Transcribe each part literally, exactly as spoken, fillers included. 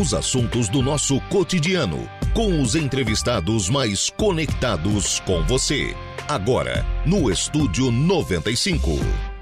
Os assuntos do nosso cotidiano, com os entrevistados mais conectados com você. Agora, no Estúdio noventa e cinco.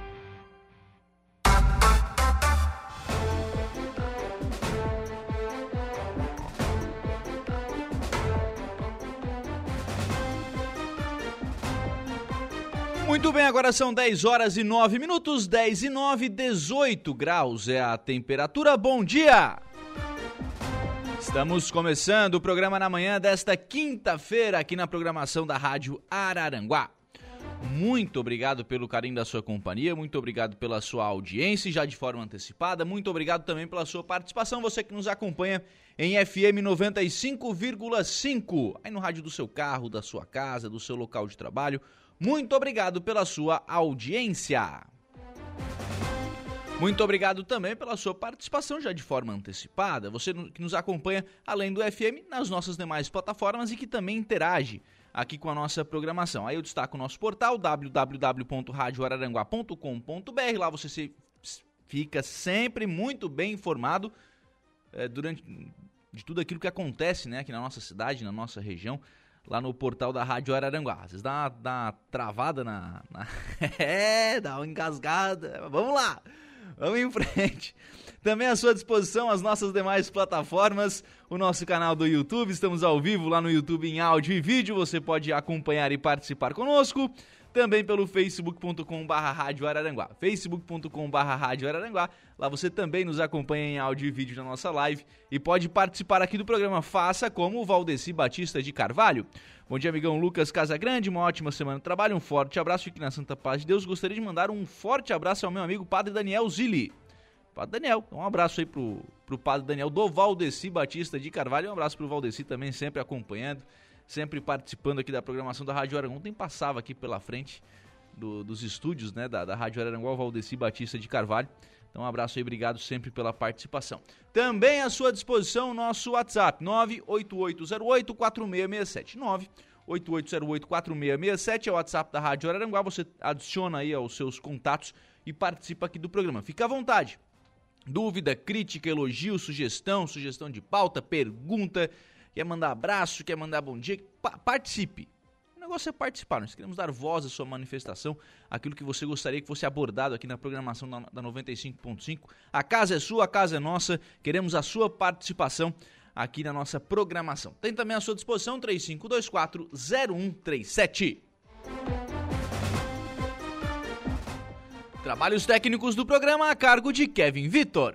Muito bem, agora são dez horas e nove minutos, dez e nove, dezoito graus é a temperatura. Bom dia! Estamos começando o programa na manhã desta quinta-feira aqui na programação da Rádio Araranguá. Muito obrigado pelo carinho da sua companhia, muito obrigado pela sua audiência, já de forma antecipada. Muito obrigado também pela sua participação, você que nos acompanha em F M noventa e cinco vírgula cinco, aí no rádio do seu carro, da sua casa, do seu local de trabalho. Muito obrigado pela sua audiência. Muito obrigado também pela sua participação já de forma antecipada. Você que nos acompanha além do F M nas nossas demais plataformas e que também interage aqui com a nossa programação. Aí eu destaco o nosso portal w w w ponto rádio araranguá ponto com ponto b r. Lá você se, fica sempre muito bem informado é, durante de tudo aquilo que acontece, né, aqui na nossa cidade, na nossa região. Lá no portal da Rádio Araranguá. Às vezes dá uma, dá uma travada na... na... é, dá uma engasgada. Vamos lá, vamos em frente. Também à sua disposição as nossas demais plataformas, o nosso canal do YouTube. Estamos ao vivo lá no YouTube em áudio e vídeo. Você pode acompanhar e participar conosco. Também pelo facebook ponto com barra rádio araranguá. facebook ponto com barra rádio araranguá. Lá você também nos acompanha em áudio e vídeo na nossa live e pode participar aqui do programa. Faça como o Valdeci Batista de Carvalho. Bom dia, amigão Lucas Casagrande. Uma ótima semana de trabalho. Um forte abraço. Fique na Santa Paz de Deus. Gostaria de mandar um forte abraço ao meu amigo Padre Daniel Zilli. Padre Daniel, um abraço aí pro, pro Padre Daniel do Valdeci Batista de Carvalho. Um abraço pro Valdeci também, sempre acompanhando, sempre participando aqui da programação da Rádio Araranguá. Ontem passava aqui pela frente do, dos estúdios, né, da, da Rádio Araranguá, o Valdeci Batista de Carvalho. Então um abraço aí, obrigado sempre pela participação. Também à sua disposição o nosso WhatsApp, nove oito oito zero oito quatro seis seis sete. nove oito oito zero oito quatro seis seis sete é o WhatsApp da Rádio Araranguá. Você adiciona aí aos seus contatos e participa aqui do programa. Fica à vontade. Dúvida, crítica, elogio, sugestão, sugestão de pauta, pergunta, quer mandar abraço, quer mandar bom dia, pa- participe. O negócio é participar, nós queremos dar voz à sua manifestação, aquilo que você gostaria que fosse abordado aqui na programação da, da noventa e cinco ponto cinco. A casa é sua, a casa é nossa, queremos a sua participação aqui na nossa programação. Tem também à sua disposição três cinco dois quatro zero um três sete. Trabalhos técnicos do programa a cargo de Kevin Vitor.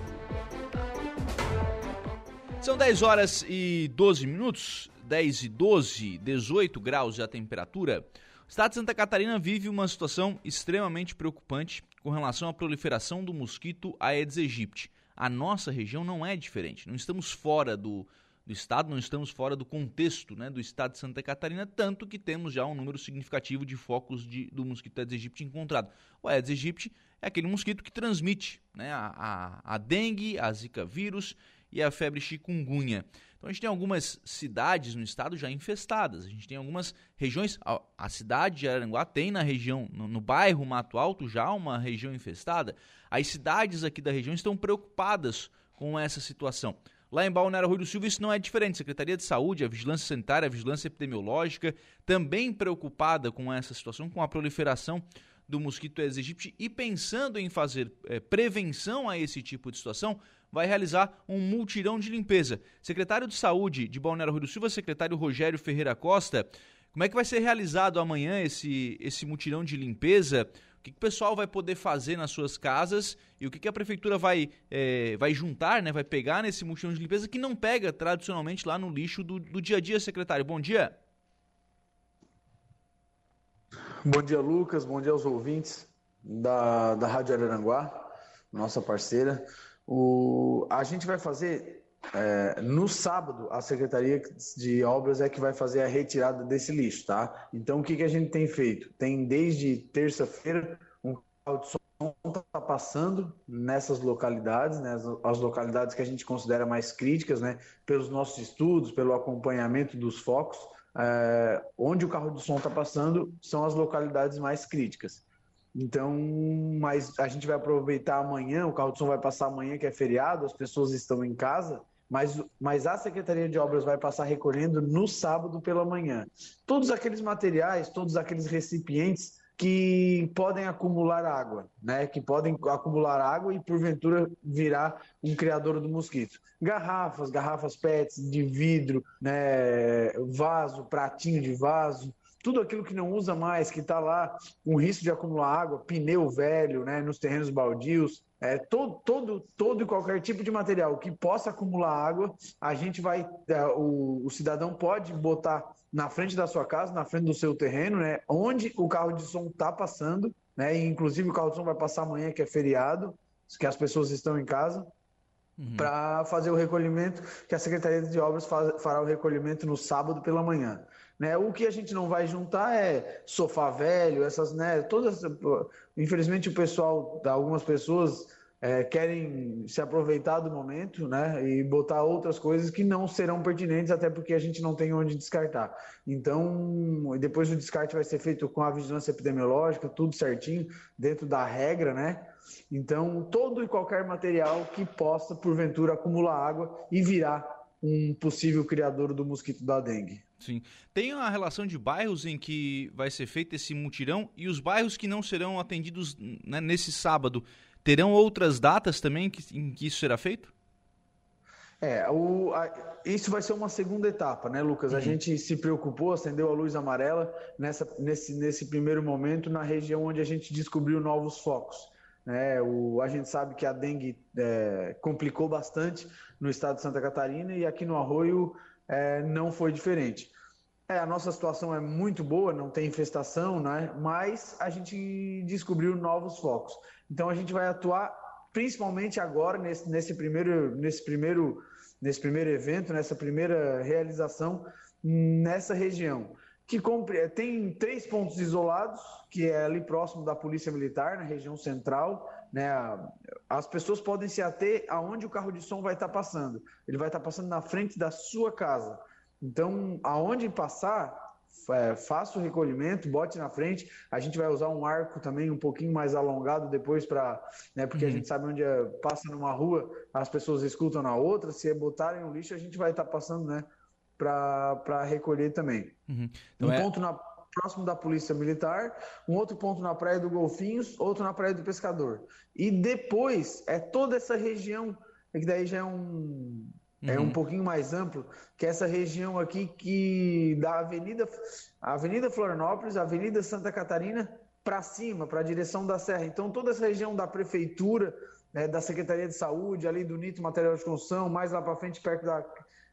São dez horas e doze minutos, dez e doze, dezoito graus a temperatura. O estado de Santa Catarina vive uma situação extremamente preocupante com relação à proliferação do mosquito Aedes aegypti. A nossa região não é diferente, não estamos fora do, do estado, não estamos fora do contexto, né, do estado de Santa Catarina, tanto que temos já um número significativo de focos de, do mosquito Aedes aegypti encontrado. O Aedes aegypti é aquele mosquito que transmite, né, a, a, a dengue, a zika vírus e a febre chikungunya. Então a gente tem algumas cidades no estado já infestadas, a gente tem algumas regiões, a, a cidade de Araranguá tem na região, no, no bairro Mato Alto já uma região infestada. As cidades aqui da região estão preocupadas com essa situação. Lá em Balneário Rui do Silva isso não é diferente. Secretaria de Saúde, a Vigilância Sanitária, a Vigilância Epidemiológica, também preocupada com essa situação, com a proliferação do mosquito Aedes aegypti e pensando em fazer é, prevenção a esse tipo de situação, vai realizar um mutirão de limpeza. Secretário de Saúde de Balneário Rui do Silva, secretário Rogério Ferreira Costa, como é que vai ser realizado amanhã esse, esse mutirão de limpeza? O que, que o pessoal vai poder fazer nas suas casas e o que, que a prefeitura vai, é, vai juntar, né, vai pegar nesse mutirão de limpeza que não pega tradicionalmente lá no lixo do, do dia a dia, secretário? Bom dia. Bom dia, Lucas. Bom dia aos ouvintes da, da Rádio Araranguá, nossa parceira. O, a gente vai fazer, é, no sábado, a Secretaria de Obras é que vai fazer a retirada desse lixo, tá? Então, o que, que a gente tem feito? Tem, desde terça-feira, um carro de som está passando nessas localidades, né, as, as localidades que a gente considera mais críticas, né, pelos nossos estudos, pelo acompanhamento dos focos. É, onde o carro de som está passando são as localidades mais críticas. Então, mas a gente vai aproveitar amanhã, o carro de som vai passar amanhã, que é feriado, as pessoas estão em casa, mas, mas a Secretaria de Obras vai passar recolhendo no sábado pela manhã. Todos aqueles materiais, todos aqueles recipientes que podem acumular água, né? Que podem acumular água e, porventura, virar um criador do mosquito. Garrafas, garrafas P E T, de vidro, né? Vaso, pratinho de vaso, tudo aquilo que não usa mais, que está lá com risco de acumular água, pneu velho, né? Nos terrenos baldios, é, todo, todo, todo e qualquer tipo de material que possa acumular água, a gente vai, é, o, o cidadão pode botar na frente da sua casa, na frente do seu terreno, né, onde o carro de som está passando, né, e inclusive o carro de som vai passar amanhã, que é feriado, que as pessoas estão em casa, uhum. para fazer o recolhimento, que a Secretaria de Obras faz, fará o recolhimento no sábado pela manhã. Né, o que a gente não vai juntar é sofá velho, essas, né, todas, infelizmente o pessoal, algumas pessoas é, querem se aproveitar do momento, né, e botar outras coisas que não serão pertinentes, até porque a gente não tem onde descartar. Então, depois o descarte vai ser feito com a vigilância epidemiológica, tudo certinho, dentro da regra, né? Então, todo e qualquer material que possa, porventura, acumular água e virar um possível criador do mosquito da dengue. Sim. Tem a relação de bairros em que vai ser feito esse mutirão e os bairros que não serão atendidos, né, nesse sábado, terão outras datas também que, em que isso será feito? É, o, a, isso vai ser uma segunda etapa, né, Lucas? Uhum. A gente se preocupou, acendeu a luz amarela nessa, nesse, nesse primeiro momento na região onde a gente descobriu novos focos. Né? O, a gente sabe que a dengue é, complicou bastante no estado de Santa Catarina e aqui no Arroio é, não foi diferente. É, a nossa situação é muito boa, não tem infestação, né? Mas a gente descobriu novos focos. Então a gente vai atuar principalmente agora nesse, nesse, primeiro, nesse, primeiro, nesse primeiro evento, nessa primeira realização nessa região. Que compre, tem três pontos isolados, que é ali próximo da Polícia Militar, na região central. Né? As pessoas podem se ater aonde o carro de som vai estar passando. Ele vai estar passando na frente da sua casa. Então, aonde passar, é, faça o recolhimento, bote na frente. A gente vai usar um arco também um pouquinho mais alongado depois, para, né, porque uhum. a gente sabe onde é, passa numa rua, as pessoas escutam na outra. Se botarem o lixo, a gente vai estar passando, né, para recolher também. Uhum. Então, um é... ponto na, próximo da Polícia Militar, um outro ponto na Praia do Golfinhos, outro na Praia do Pescador. E depois, é toda essa região, que daí já é um... É um pouquinho mais amplo, que é essa região aqui que da Avenida, Avenida Florianópolis, Avenida Santa Catarina, para cima, para a direção da Serra. Então, toda essa região da Prefeitura, né, da Secretaria de Saúde, ali do Nito Material de Construção, mais lá para frente, perto da,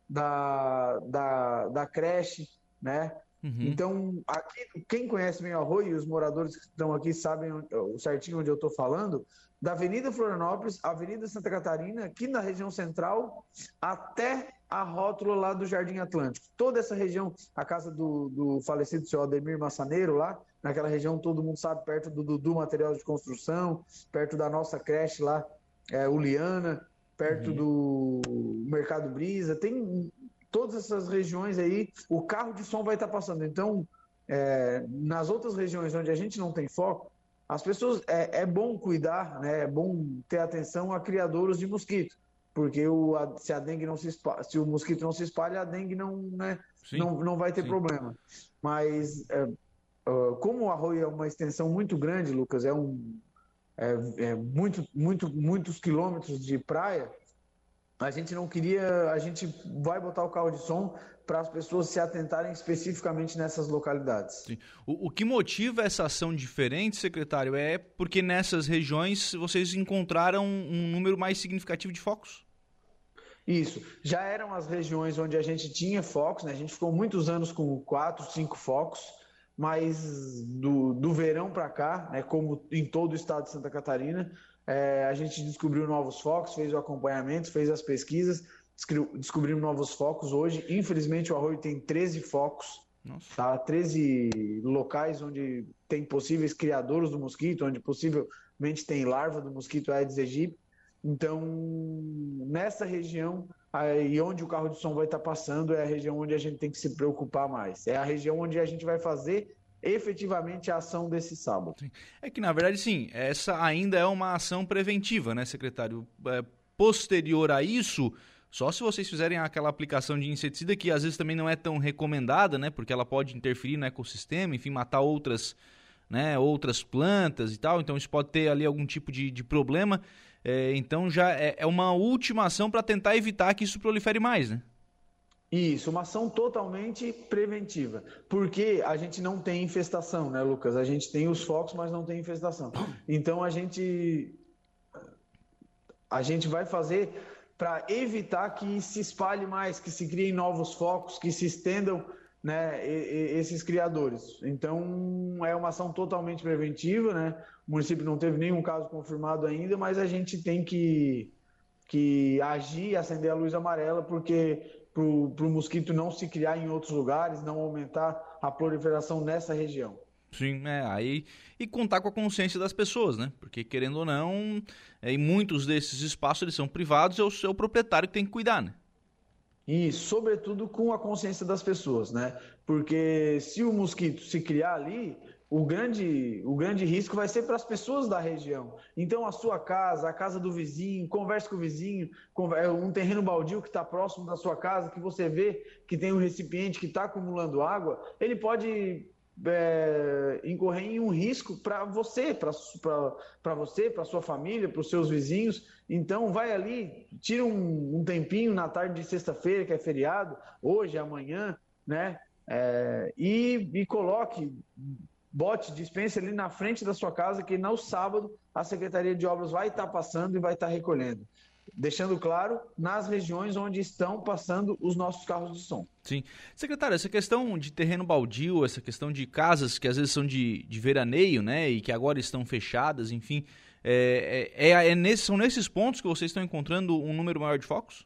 da, da, da creche, né? Uhum. Então, aqui, quem conhece bem o Arroio, e os moradores que estão aqui sabem o certinho onde eu estou falando, da Avenida Florianópolis, Avenida Santa Catarina, aqui na região central, até a rótula lá do Jardim Atlântico. Toda essa região, a casa do, do falecido senhor Ademir Massaneiro, lá, naquela região, todo mundo sabe, perto do Dudu Material de Construção, perto da nossa creche lá, é, Uliana, perto uhum. do Mercado Brisa, tem todas essas regiões aí, o carro de som vai estar passando. Então, é, nas outras regiões onde a gente não tem foco, as pessoas, é, é bom cuidar, né? É bom ter atenção a criadouros de mosquito, porque o, a, se a dengue não se espalha, se o mosquito não se espalha, a dengue não, né, não, não vai ter sim. problema. Mas é, uh, como o Arroio é uma extensão muito grande, Lucas, é um é, é muito, muito, muitos quilômetros de praia, a gente não queria, a gente vai botar o carro de som para as pessoas se atentarem especificamente nessas localidades. Sim. O, o que motiva essa ação diferente, secretário, é porque nessas regiões vocês encontraram um número mais significativo de focos? Isso. Já eram as regiões onde a gente tinha focos, né? A gente ficou muitos anos com quatro, cinco focos, mas do, do verão para cá, né, como em todo o estado de Santa Catarina, é, a gente descobriu novos focos, fez o acompanhamento, fez as pesquisas, descobrimos novos focos. Hoje, infelizmente, o Arroio tem treze focos, tá? treze locais onde tem possíveis criadores do mosquito, onde possivelmente tem larva do mosquito Aedes aegypti. Então, nessa região, aí onde o carro de som vai estar passando, é a região onde a gente tem que se preocupar mais. É a região onde a gente vai fazer efetivamente a ação desse sábado. É que, na verdade, sim, essa ainda é uma ação preventiva, né, secretário? É, posterior a isso, Só se vocês fizerem aquela aplicação de inseticida que às vezes também não é tão recomendada, né? Porque ela pode interferir no ecossistema, enfim, matar outras, né, outras plantas e tal. Então isso pode ter ali algum tipo de, de problema. É, então já é, é uma última ação para tentar evitar que isso prolifere mais, né? Isso, uma ação totalmente preventiva, porque a gente não tem infestação, né, Lucas? A gente tem os focos, mas não tem infestação. Então a gente, a gente vai fazer para evitar que se espalhe mais, que se criem novos focos, que se estendam, né, esses criadores. Então é uma ação totalmente preventiva, né? O município não teve nenhum caso confirmado ainda, mas a gente tem que, que agir e acender a luz amarela, porque para o mosquito não se criar em outros lugares, não aumentar a proliferação nessa região. Sim, é, aí, e contar com a consciência das pessoas, né? Porque, querendo ou não, é, em muitos desses espaços eles são privados, é o seu proprietário que tem que cuidar, né? E, sobretudo, com a consciência das pessoas, né? Porque se o mosquito se criar ali, o grande, o grande risco vai ser para as pessoas da região. Então, a sua casa, a casa do vizinho, converse com o vizinho, um terreno baldio que está próximo da sua casa, que você vê que tem um recipiente que está acumulando água, ele pode é, incorrer em um risco para você, para você, para sua família, para os seus vizinhos. Então, vai ali, tira um, um tempinho na tarde de sexta-feira, que é feriado, hoje, amanhã, né? É, e, e coloque... bote, dispense ali na frente da sua casa, que no sábado a Secretaria de Obras vai estar passando e vai estar recolhendo. Deixando claro, nas regiões onde estão passando os nossos carros de som. Sim. Secretário, essa questão de terreno baldio, essa questão de casas que às vezes são de, de veraneio, né, e que agora estão fechadas, enfim, é, é, é nesse, são nesses pontos que vocês estão encontrando um número maior de focos?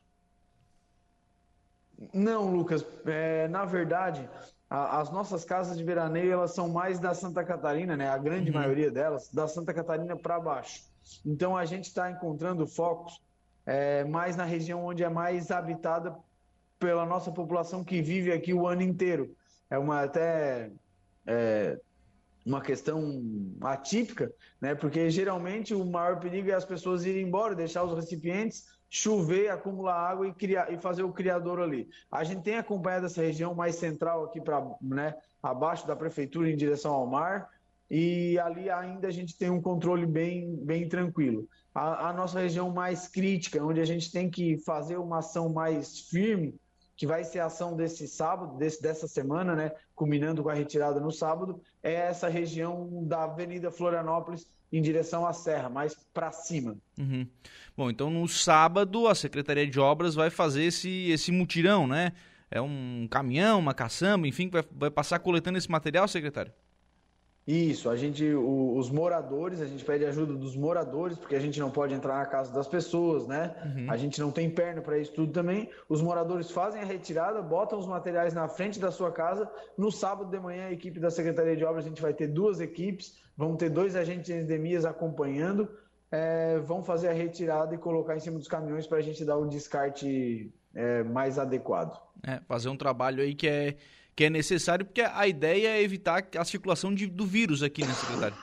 Não, Lucas. É, na verdade... As nossas casas de veraneio, elas são mais da Santa Catarina, né? A grande uhum. maioria delas, da Santa Catarina para baixo. Então, a gente está encontrando focos é, mais na região onde é mais habitada pela nossa população que vive aqui o ano inteiro. É uma até é, uma questão atípica, né? Porque geralmente o maior perigo é as pessoas irem embora, deixar os recipientes, chover, acumular água e, criar, e fazer o criador ali. A gente tem acompanhado essa região mais central aqui, pra, né, abaixo da prefeitura, em direção ao mar, e ali ainda a gente tem um controle bem, bem tranquilo. A, a nossa região mais crítica, onde a gente tem que fazer uma ação mais firme, que vai ser a ação desse sábado, desse, dessa semana, né, culminando com a retirada no sábado, é essa região da Avenida Florianópolis, em direção à Serra, mais para cima. Uhum. Bom, então no sábado a Secretaria de Obras vai fazer esse, esse mutirão, né? É um caminhão, uma caçamba, enfim, que vai, vai passar coletando esse material, secretário? Isso, a gente, o, os moradores, a gente pede ajuda dos moradores, porque a gente não pode entrar na casa das pessoas, né? Uhum. A gente não tem perna para isso tudo também. Os moradores fazem a retirada, botam os materiais na frente da sua casa. No sábado de manhã, a equipe da Secretaria de Obras, a gente vai ter duas equipes, vão ter dois agentes de endemias acompanhando, é, vão fazer a retirada e colocar em cima dos caminhões para a gente dar o descarte é, mais adequado. É, fazer um trabalho aí que é... que é necessário, porque a ideia é evitar a circulação de, do vírus aqui, né, secretário?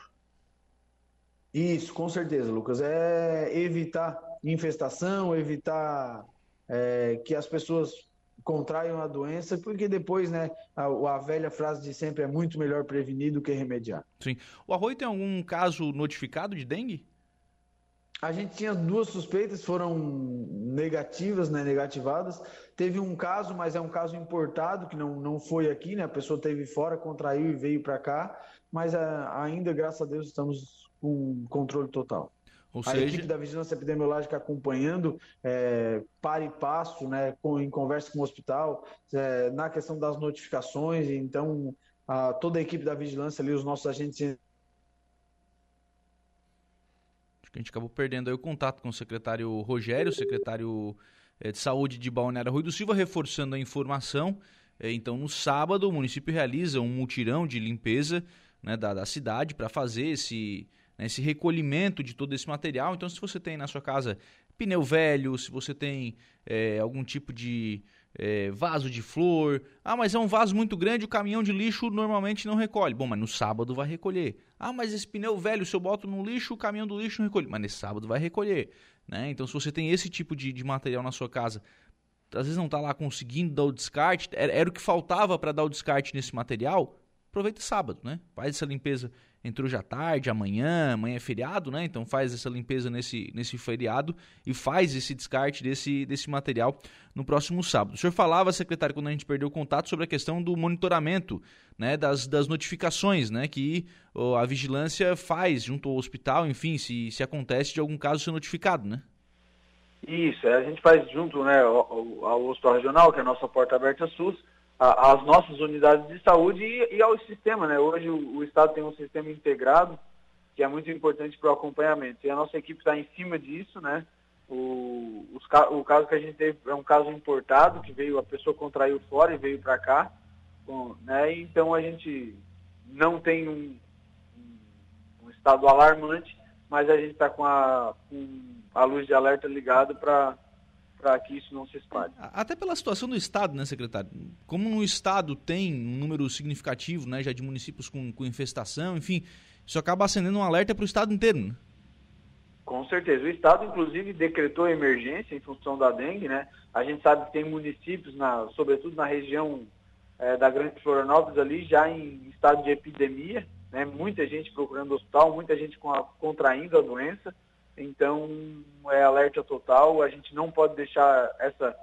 Isso, com certeza, Lucas. É evitar infestação, evitar é, que as pessoas contraiam a doença, porque depois, né, a, a velha frase de sempre é muito melhor prevenir do que remediar. Sim. O Arroio tem algum caso notificado de dengue? A gente tinha duas suspeitas, foram negativas, né, negativadas. Teve um caso, mas é um caso importado, que não, não foi aqui, né? A pessoa esteve fora, contraiu e veio para cá. Mas a, ainda, graças a Deus, estamos com controle total. Ou a seja... equipe da Vigilância Epidemiológica acompanhando, é, para e passo, né, com, em conversa com o hospital, é, na questão das notificações. Então, a, toda a equipe da Vigilância ali, os nossos agentes... A gente acabou perdendo aí o contato com o secretário Rogério, secretário de Saúde de Balneário Arroio do Silva, reforçando a informação. Então, no sábado, o município realiza um mutirão de limpeza, né, da, da cidade para fazer esse, né, esse recolhimento de todo esse material. Então, se você tem na sua casa pneu velho, se você tem é, algum tipo de é, vaso de flor, ah, mas é um vaso muito grande, o caminhão de lixo normalmente não recolhe. Bom, mas no sábado vai recolher. Ah, mas esse pneu velho, se eu boto no lixo, o caminhão do lixo não recolhe. Mas nesse sábado vai recolher, né? Então, se você tem esse tipo de, de material na sua casa às vezes não está lá conseguindo dar o descarte, era, era o que faltava para dar o descarte nesse material, aproveita sábado, né? Faz essa limpeza entre hoje à tarde, amanhã, amanhã é feriado, né? Então faz essa limpeza nesse, nesse feriado e faz esse descarte desse, desse material no próximo sábado. O senhor falava, secretário, quando a gente perdeu o contato, sobre a questão do monitoramento, né? Das, das notificações, né? Que oh, a vigilância faz junto ao hospital, enfim, se, se acontece de algum caso ser notificado, né? Isso, a gente faz junto, né, ao, ao Hospital Regional, que é a nossa porta aberta SUS, a, as nossas unidades de saúde e, e ao sistema, né? Hoje o, o Estado tem um sistema integrado que é muito importante para o acompanhamento. E a nossa equipe está em cima disso, né? O, os, o caso que a gente teve é um caso importado, que veio, a pessoa contraiu fora e veio para cá, bom, né? Então a gente não tem um, um, um estado alarmante, mas a gente está com a, com a luz de alerta ligada para para que isso não se espalhe. Até pela situação do Estado, né, secretário? Como no Estado tem um número significativo, né, já de municípios com, com infestação, enfim, isso acaba acendendo um alerta para o Estado inteiro, né? Com certeza. O Estado, inclusive, decretou emergência em função da dengue, né? A gente sabe que tem municípios, na, sobretudo na região é, da Grande Florianópolis, ali já em estado de epidemia, né? Muita gente procurando hospital, muita gente com a, contraindo a doença. Então, é alerta total, a gente não pode deixar essa,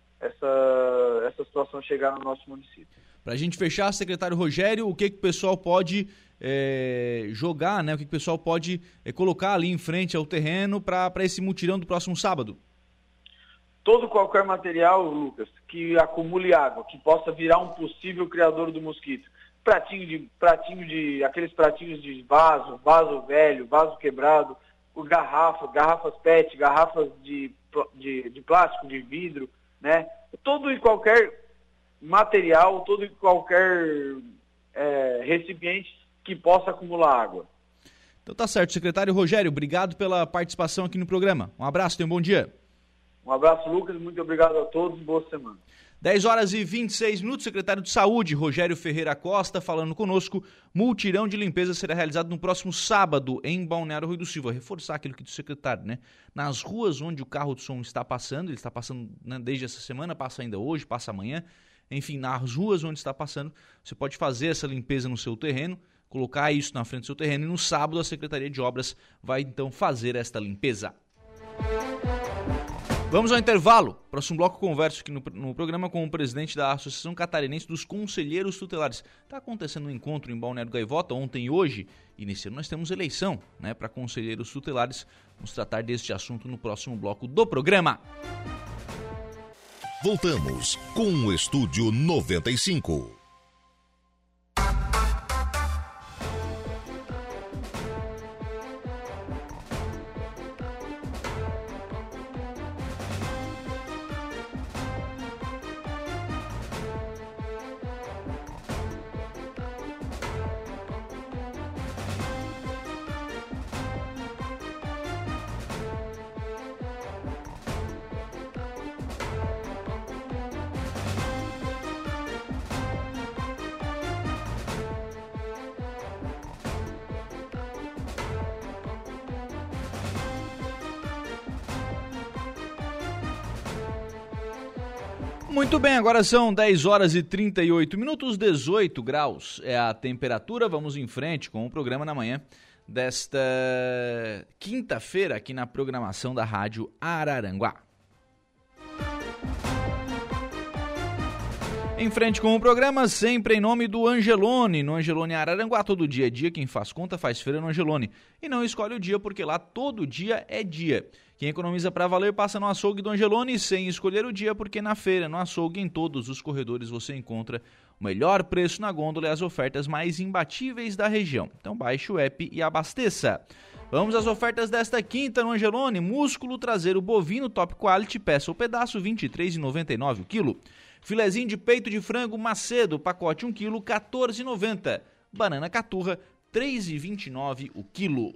essa, essa situação chegar no nosso município. Para a gente fechar, secretário Rogério, o que, que o pessoal pode é, jogar, né? O que, que o pessoal pode é, colocar ali em frente ao terreno para esse mutirão do próximo sábado? Todo qualquer material, Lucas, que acumule água, que possa virar um possível criador do mosquito. Pratinho de, pratinho de, aqueles pratinhos de vaso, vaso velho, vaso quebrado, garrafas, garrafas P E T, garrafas de, de, de plástico, de vidro, né? Todo e qualquer material, todo e qualquer é, recipiente que possa acumular água. Então tá certo, secretário Rogério, obrigado pela participação aqui no programa. Um abraço, tenha um bom dia. Um abraço, Lucas, muito obrigado a todos, boa semana. dez horas e vinte e seis minutos, secretário de Saúde, Rogério Ferreira Costa, falando conosco. Multirão de limpeza será realizado no próximo sábado em Balneário Rui do Silva. Reforçar aquilo que disse o secretário, né? Nas ruas onde o carro de som está passando, ele está passando, né, desde essa semana, passa ainda hoje, passa amanhã. Enfim, nas ruas onde está passando, você pode fazer essa limpeza no seu terreno, colocar isso na frente do seu terreno e no sábado a Secretaria de Obras vai então fazer esta limpeza. Vamos ao intervalo. Próximo bloco converso aqui no, no programa com o presidente da Associação Catarinense dos Conselheiros Tutelares. Está acontecendo um encontro em Balneário Gaivota ontem e hoje, e nesse ano nós temos eleição, né, para conselheiros tutelares. Vamos tratar deste assunto no próximo bloco do programa. Voltamos com o Estúdio noventa e cinco. Muito bem, agora são dez horas e trinta e oito minutos, dezoito graus é a temperatura. Vamos em frente com o programa na manhã desta quinta-feira aqui na programação da Rádio Araranguá. Em frente com o programa, sempre em nome do Angelone. No Angelone Araranguá, todo dia é dia. Quem faz conta faz feira no Angelone. E não escolhe o dia, porque lá todo dia é dia. Quem economiza para valer passa no açougue do Angelone sem escolher o dia, porque na feira, no açougue, em todos os corredores você encontra o melhor preço na gôndola e as ofertas mais imbatíveis da região. Então baixe o app e abasteça. Vamos às ofertas desta quinta no Angelone. Músculo traseiro bovino top quality, peça ou pedaço, vinte e três reais e noventa e nove centavos o quilo. Filezinho de peito de frango Macedo, pacote um quilo, quatorze reais e noventa centavos. Banana caturra, três reais e vinte e nove centavos o quilo.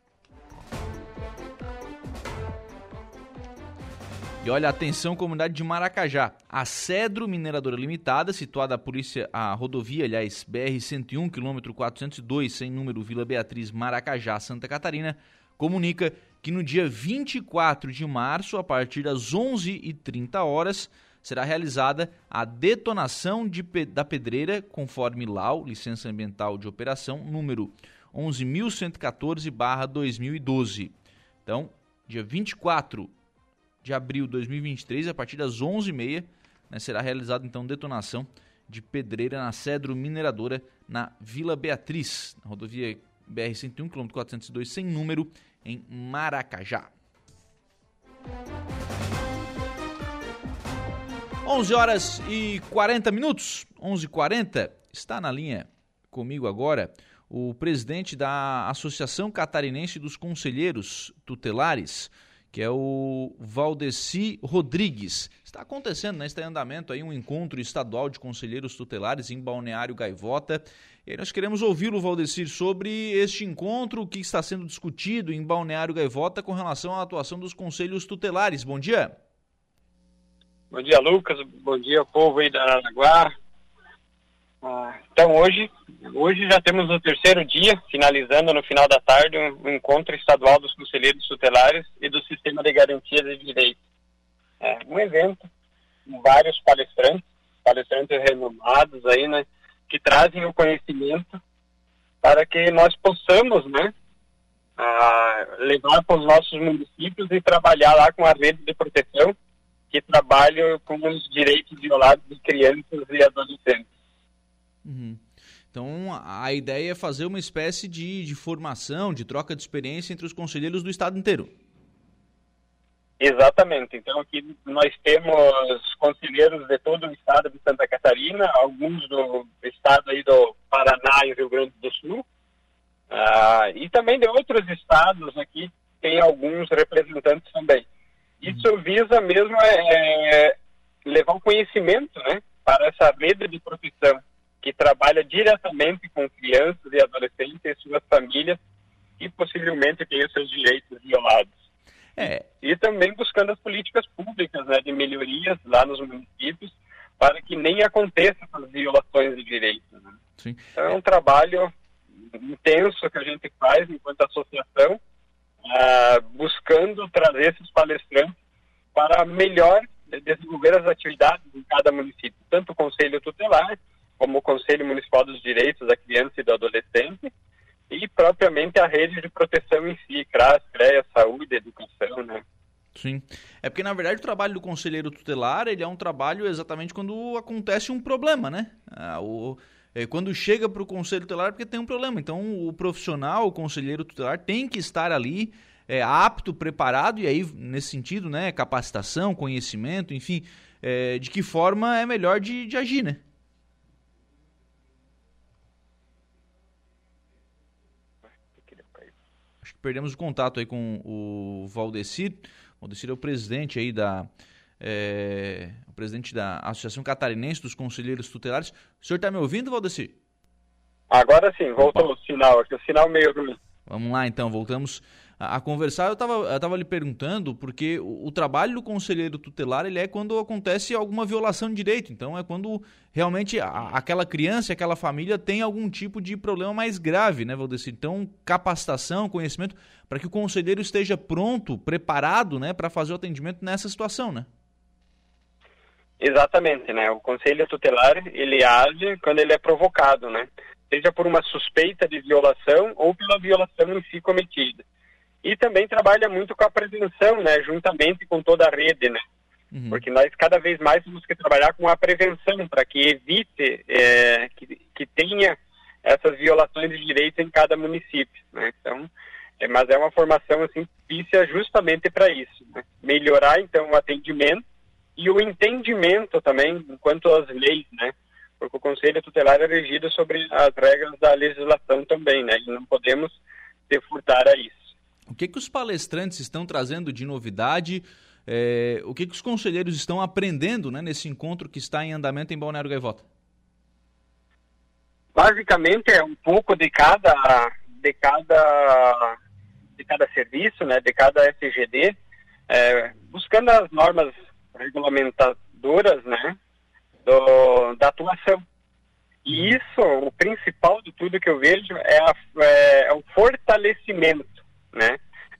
E olha, atenção, comunidade de Maracajá. A Cedro Mineradora Limitada, situada a polícia, a rodovia, aliás, B R cento e um, quilômetro quatrocentos e dois, sem número, Vila Beatriz, Maracajá, Santa Catarina, comunica que no dia vinte e quatro de março, a partir das onze e trinta horas, será realizada a detonação de, da pedreira conforme L A U, Licença Ambiental de Operação, número onze mil cento e quatorze barra dois mil e doze. Então, dia vinte e quatro de abril de dois mil e vinte e três, a partir das onze e meia, né, será realizada então detonação de pedreira na Cedro Mineradora, na Vila Beatriz, na rodovia B R cento e um, quilômetro quatrocentos e dois, sem número, em Maracajá. onze horas e quarenta minutos, onze e quarenta, está na linha comigo agora o presidente da Associação Catarinense dos Conselheiros Tutelares, que é o Valdeci Rodrigues. Está acontecendo, né, está em andamento aí um encontro estadual de conselheiros tutelares em Balneário Gaivota. E aí nós queremos ouvi-lo, Valdeci, sobre este encontro, o que está sendo discutido em Balneário Gaivota com relação à atuação dos conselhos tutelares. Bom dia. Bom dia, Lucas. Bom dia, povo aí da Aranaguá. Ah, então, hoje, hoje já temos o terceiro dia, finalizando no final da tarde, um, um encontro estadual dos conselheiros tutelares e do Sistema de Garantias de Direitos. É um evento com vários palestrantes, palestrantes renomados aí, né, que trazem o conhecimento para que nós possamos, né, ah, levar para os nossos municípios e trabalhar lá com a rede de proteção que trabalha com os direitos violados de crianças e adolescentes. Uhum. Então, a ideia é fazer uma espécie de, de formação, de troca de experiência entre os conselheiros do estado inteiro. Exatamente. Então, aqui nós temos conselheiros de todo o estado de Santa Catarina, alguns do estado aí do Paraná e Rio Grande do Sul, ah, e também de outros estados aqui, tem alguns representantes também. Isso visa mesmo é, levar o conhecimento, né, para essa rede de proteção que trabalha diretamente com crianças e adolescentes e suas famílias e possivelmente tenham seus direitos violados. É. E também buscando as políticas públicas, né, de melhorias lá nos municípios para que nem aconteçam as violações de direitos. Né? Sim. Então é um trabalho intenso que a gente faz enquanto associação, uh, buscando trazer esses palestrantes para melhor desenvolver as atividades em cada município, tanto o Conselho Tutelar como o Conselho Municipal dos Direitos da Criança e do Adolescente, e propriamente a rede de proteção em si, CRAS, CREA, saúde, educação, né? Sim. É porque, na verdade, o trabalho do conselheiro tutelar, ele é um trabalho exatamente quando acontece um problema, né? Ah, o, é, quando chega para o conselho tutelar é porque tem um problema. Então, o profissional, o conselheiro tutelar, tem que estar ali é, apto, preparado, e aí, nesse sentido, né, capacitação, conhecimento, enfim, é, de que forma é melhor de, de agir, né? Acho que perdemos o contato aí com o Valdeci. O Valdeci é o presidente aí da, é, o presidente da Associação Catarinense dos Conselheiros Tutelares. O senhor está me ouvindo, Valdeci? Agora sim, voltou Opa. o sinal, aqui o sinal meio ruim. Vamos lá então, voltamos a, a conversar. Eu estava eu tava lhe perguntando, porque o, o trabalho do conselheiro tutelar, ele é quando acontece alguma violação de direito. Então é quando realmente a, aquela criança, aquela família tem algum tipo de problema mais grave, né, Valdeci? Então, capacitação, conhecimento, para que o conselheiro esteja pronto, preparado, né, para fazer o atendimento nessa situação, né? Exatamente, né? O conselho tutelar, ele age quando ele é provocado, né? Seja por uma suspeita de violação ou pela violação em si cometida. E também trabalha muito com a prevenção, né? Juntamente com toda a rede, né? Uhum. Porque nós cada vez mais temos que trabalhar com a prevenção para que evite, é, que, que tenha essas violações de direito em cada município, né? Então, é, mas é uma formação assim, propícia justamente para isso, né? Melhorar então o atendimento e o entendimento também quanto às leis, né? Porque o Conselho Tutelar é regido sobre as regras da legislação também, né? E não podemos se furtar a isso. O que que os palestrantes estão trazendo de novidade? É, o que que os conselheiros estão aprendendo, né, nesse encontro que está em andamento em Balneário Gaivota? Basicamente é um pouco de cada, de cada, de cada serviço, né? De cada S G D, é, buscando as normas regulamentadoras, né? Do, da atuação. E isso, o principal de tudo que eu vejo é, a, é, é o fortalecimento, né,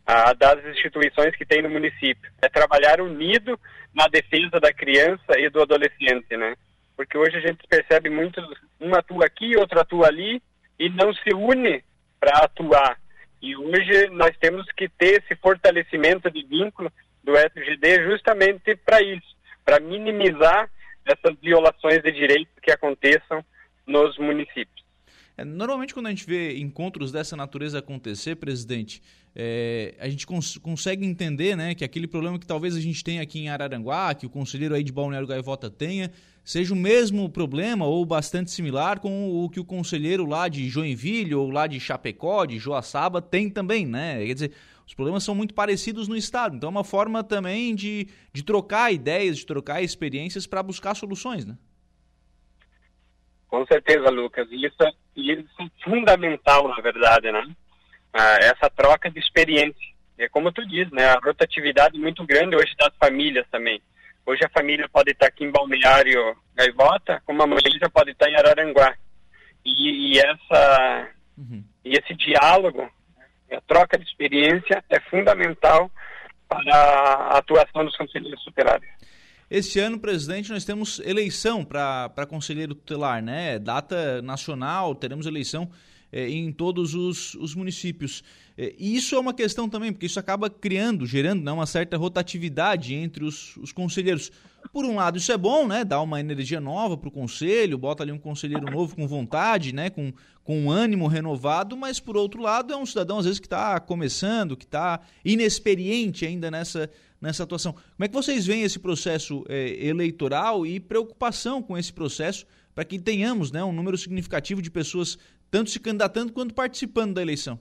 ah, das instituições que tem no município. É trabalhar unido na defesa da criança e do adolescente, né? Porque hoje a gente percebe muito, um atua aqui, outro atua ali, e não se une para atuar. E hoje nós temos que ter esse fortalecimento de vínculo do S G D justamente para isso, para minimizar essas violações de direitos que aconteçam nos municípios. É, normalmente quando a gente vê encontros dessa natureza acontecer, presidente, é, a gente cons- consegue entender, né, que aquele problema que talvez a gente tenha aqui em Araranguá, que o conselheiro aí de Balneário Gaivota tenha, seja o mesmo problema ou bastante similar com o que o conselheiro lá de Joinville ou lá de Chapecó, de Joaçaba, tem também, né? Quer dizer, os problemas são muito parecidos no estado, então é uma forma também de, de trocar ideias, de trocar experiências para buscar soluções, né? Com certeza, Lucas. E isso, é, isso é fundamental, na verdade, né? Ah, essa troca de experiência. É como tu diz, né? A rotatividade muito grande hoje das famílias também. Hoje a família pode estar aqui em Balneário Gaivota, como amanhã já pode estar em Araranguá. E, e, essa, uhum. e esse diálogo, a troca de experiência é fundamental para a atuação dos conselheiros tutelares. Esse ano, presidente, nós temos eleição para conselheiro tutelar, né? Data nacional, teremos eleição eh, em todos os, os municípios. Eh, e isso é uma questão também, porque isso acaba criando, gerando, né, uma certa rotatividade entre os, os conselheiros. Por um lado, isso é bom, né? Dá uma energia nova para o conselho, bota ali um conselheiro novo com vontade, né? Com, com um ânimo renovado, mas por outro lado é um cidadão, às vezes, que está começando, que está inexperiente ainda nessa... nessa atuação. Como é que vocês veem esse processo é, eleitoral e preocupação com esse processo para que tenhamos, né, um número significativo de pessoas tanto se candidatando quanto participando da eleição?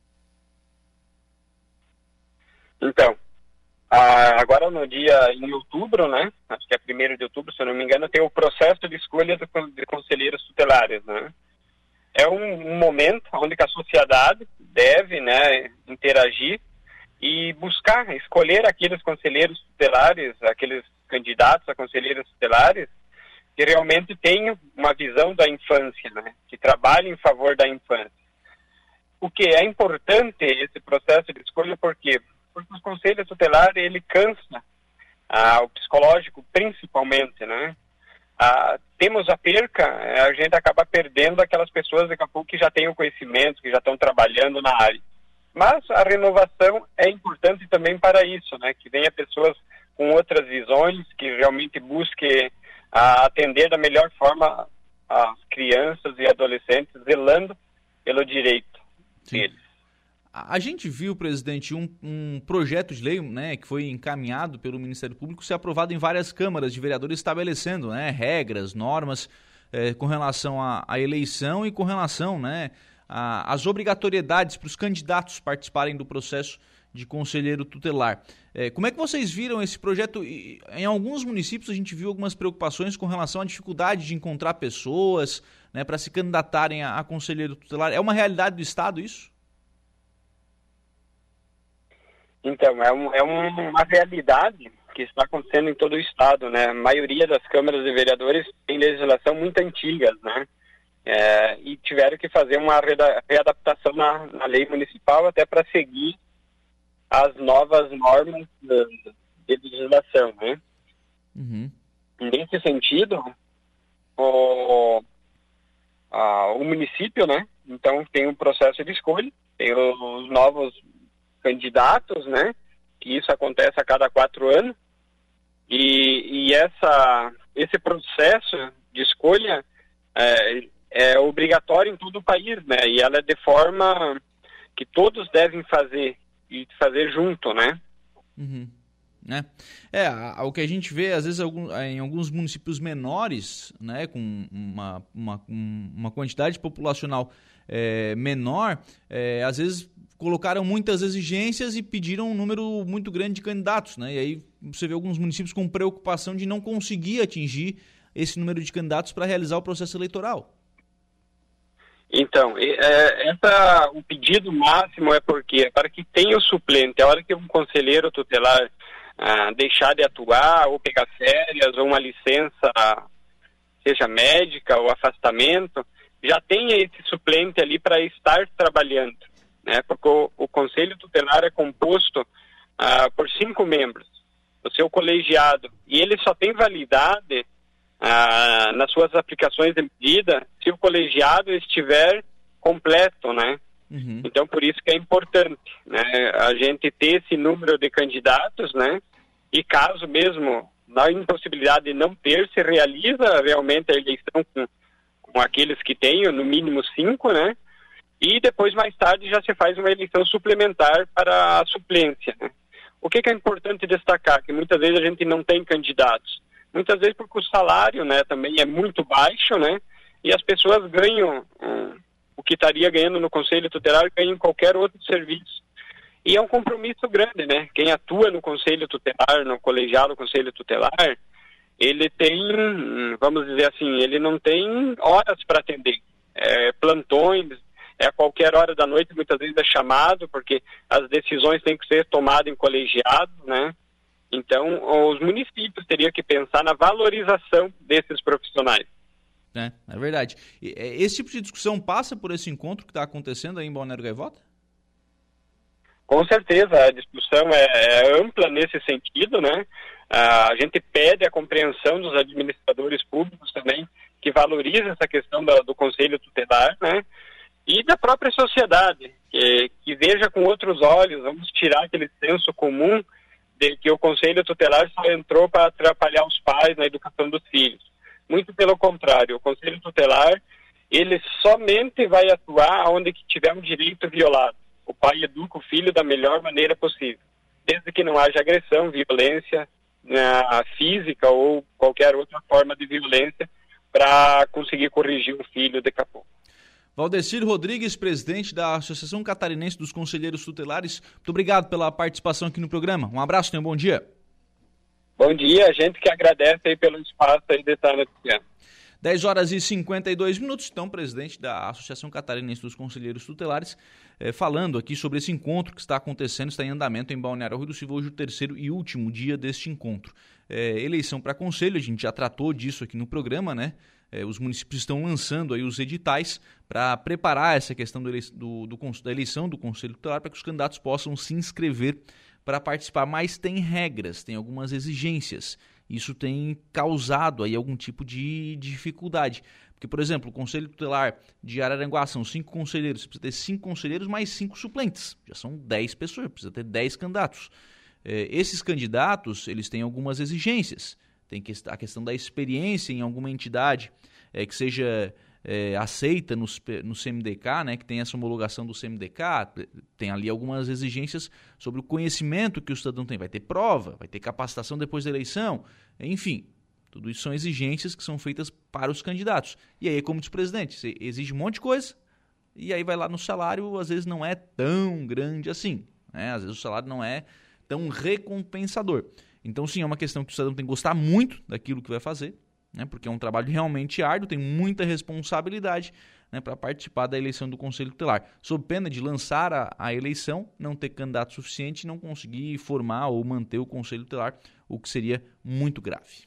Então, agora no dia em outubro, né, acho que é primeiro de outubro, se eu não me engano, tem o processo de escolha de conselheiros tutelares, né? É um, um momento onde a sociedade deve, né, interagir e buscar, escolher aqueles conselheiros tutelares, aqueles candidatos a conselheiros tutelares que realmente tenham uma visão da infância, né? Que trabalhem em favor da infância. O que é importante esse processo de escolha, por quê? Porque os conselhos tutelares, ele cansa ah, o psicológico principalmente, né? Ah, temos a perca, a gente acaba perdendo aquelas pessoas daqui a pouco que já têm o conhecimento, que já estão trabalhando na área. Mas a renovação é importante também para isso, né? Que venha pessoas com outras visões, que realmente busquem a, atender da melhor forma as crianças e adolescentes, zelando pelo direito Sim. deles. A gente viu, presidente, um, um projeto de lei, né, que foi encaminhado pelo Ministério Público, ser aprovado em várias câmaras de vereadores, estabelecendo, né, regras, normas eh, com relação à, à eleição e com relação, né, as obrigatoriedades para os candidatos participarem do processo de conselheiro tutelar. É, como é que vocês viram esse projeto? Em alguns municípios a gente viu algumas preocupações com relação à dificuldade de encontrar pessoas, né, para se candidatarem a, a conselheiro tutelar. É uma realidade do Estado isso? Então, é, um, é uma realidade que está acontecendo em todo o Estado, né? A maioria das câmaras de vereadores tem legislação muito antiga, né? É, e tiveram que fazer uma readaptação na, na lei municipal até para seguir as novas normas de, de legislação, né? Uhum. Nesse sentido, o, a, o município, né? Então tem um processo de escolha, tem os novos candidatos, né? Que isso acontece a cada quatro anos e, e essa, esse processo de escolha é, é obrigatório em todo o país, né? E ela é de forma que todos devem fazer e fazer junto, né? Uhum. É, é a, o que a gente vê, às vezes, algum, em alguns municípios menores, né, com uma, uma, uma quantidade populacional é, menor, é, às vezes colocaram muitas exigências e pediram um número muito grande de candidatos, né? E aí você vê alguns municípios com preocupação de não conseguir atingir esse número de candidatos para realizar o processo eleitoral. Então, é, essa, o pedido máximo é porque é para que tenha o suplente. A hora que um conselheiro tutelar ah, deixar de atuar, ou pegar férias, ou uma licença, seja médica ou afastamento, já tenha esse suplente ali para estar trabalhando. né? Porque o, o Conselho Tutelar é composto uh, por cinco membros, o seu colegiado, e ele só tem validade uh, nas suas aplicações de medida se o colegiado estiver completo, né? Uhum. Então, por isso que é importante, né, a gente ter esse número de candidatos, né? E caso mesmo na impossibilidade de não ter, se realiza realmente a eleição com, com aqueles que tenham, no mínimo cinco, né? E depois, mais tarde, já se faz uma eleição suplementar para a suplência, né? O que, que é importante destacar? Que muitas vezes a gente não tem candidatos. Muitas vezes porque o salário, né, também é muito baixo, né? E as pessoas ganham hum, o que estaria ganhando no Conselho Tutelar, ganham em qualquer outro serviço. E é um compromisso grande, né? Quem atua no Conselho Tutelar, no colegiado Conselho Tutelar, ele tem, vamos dizer assim, ele não tem horas para atender. É, plantões, é a qualquer hora da noite, muitas vezes é chamado, porque as decisões têm que ser tomadas em colegiado, né? Então, os municípios teriam que pensar na valorização desses profissionais. É, é verdade. Esse tipo de discussão passa por esse encontro que está acontecendo aí em Balneário Gaivota? Com certeza, a discussão é, é ampla nesse sentido, né? A gente pede a compreensão dos administradores públicos também, que valorizem essa questão do, do Conselho Tutelar, né? E da própria sociedade, que, que veja com outros olhos, vamos tirar aquele senso comum de que o Conselho Tutelar só entrou para atrapalhar os pais na educação dos filhos. Muito pelo contrário, o Conselho Tutelar, ele somente vai atuar onde que tiver um direito violado. O pai educa o filho da melhor maneira possível, desde que não haja agressão, violência, né, física ou qualquer outra forma de violência para conseguir corrigir o filho daqui a pouco. Valdecir Rodrigues, presidente da Associação Catarinense dos Conselheiros Tutelares, muito obrigado pela participação aqui no programa. Um abraço, tenha um bom dia. Bom dia, a gente que agradece aí pelo espaço aí de estar noticiando. dez horas e cinquenta e dois minutos, então, presidente da Associação Catarinense dos Conselheiros Tutelares, eh, falando aqui sobre esse encontro que está acontecendo, está em andamento em Balneário Rui do Silva, hoje o terceiro e último dia deste encontro. Eh, eleição para conselho, a gente já tratou disso aqui no programa, né? Eh, os municípios estão lançando aí os editais para preparar essa questão do ele, do, do, da eleição do Conselho Tutelar para que os candidatos possam se inscrever para participar, mas tem regras, tem algumas exigências. Isso tem causado aí algum tipo de dificuldade. Porque, por exemplo, o Conselho Tutelar de Araranguá são cinco conselheiros, você precisa ter cinco conselheiros mais cinco suplentes. Já são dez pessoas, precisa ter dez candidatos. É, esses candidatos, eles têm algumas exigências. Tem a questão da experiência em alguma entidade é, que seja é, aceita no, no C M D K, né, que tem essa homologação do C M D K, tem ali algumas exigências sobre o conhecimento que o cidadão tem. Vai ter prova, vai ter capacitação depois da eleição, enfim, tudo isso são exigências que são feitas para os candidatos. E aí, como diz o presidente, você exige um monte de coisa e aí vai lá no salário, às vezes não é tão grande assim, né? Às vezes o salário não é tão recompensador. Então, sim, é uma questão que o cidadão tem que gostar muito daquilo que vai fazer, né, porque é um trabalho realmente árduo, tem muita responsabilidade, né, para participar da eleição do Conselho Tutelar. Sob pena de lançar a, a eleição, não ter candidato suficiente e não conseguir formar ou manter o Conselho Tutelar, o que seria muito grave.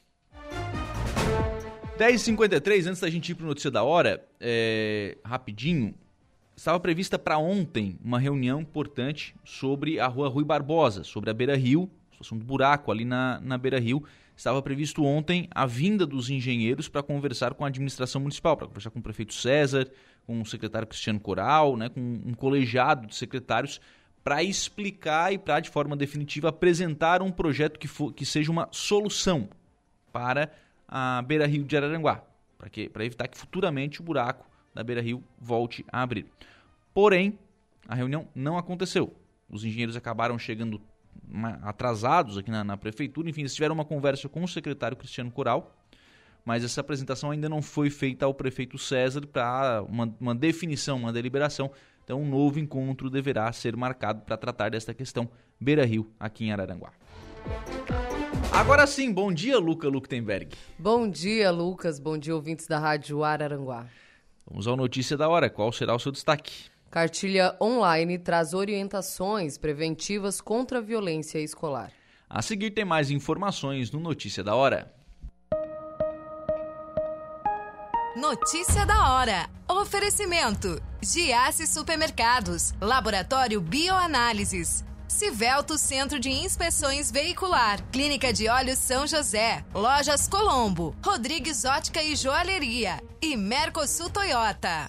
dez e cinquenta e três, antes da gente ir para o Notícia da Hora, é, rapidinho, estava prevista para ontem uma reunião importante sobre a Rua Rui Barbosa, sobre a Beira Rio, situação do buraco ali na, na Beira Rio. Estava previsto ontem a vinda dos engenheiros para conversar com a administração municipal, para conversar com o prefeito César, com o secretário Cristiano Coral, né, com um colegiado de secretários, para explicar e para, de forma definitiva, apresentar um projeto que, for, que seja uma solução para a Beira Rio de Araranguá, para que, para evitar que futuramente o buraco da Beira Rio volte a abrir. Porém, a reunião não aconteceu. Os engenheiros acabaram chegando atrasados aqui na, na prefeitura, enfim, eles tiveram uma conversa com o secretário Cristiano Coral, mas essa apresentação ainda não foi feita ao prefeito César para uma, uma definição, uma deliberação. Então um novo encontro deverá ser marcado para tratar desta questão Beira Rio aqui em Araranguá. Agora sim, bom dia, Luca Luktenberg. Bom dia, Lucas, bom dia, ouvintes da Rádio Araranguá. Vamos ao Notícia da Hora, qual será o seu destaque? Cartilha online traz orientações preventivas contra a violência escolar. A seguir tem mais informações no Notícia da Hora. Notícia da hora. Oferecimento. Giasse Supermercados. Laboratório Bioanálises. Civelto Centro de Inspeções Veicular. Clínica de Olhos São José. Lojas Colombo. Rodrigues Ótica e Joalheria. E Mercosul Toyota.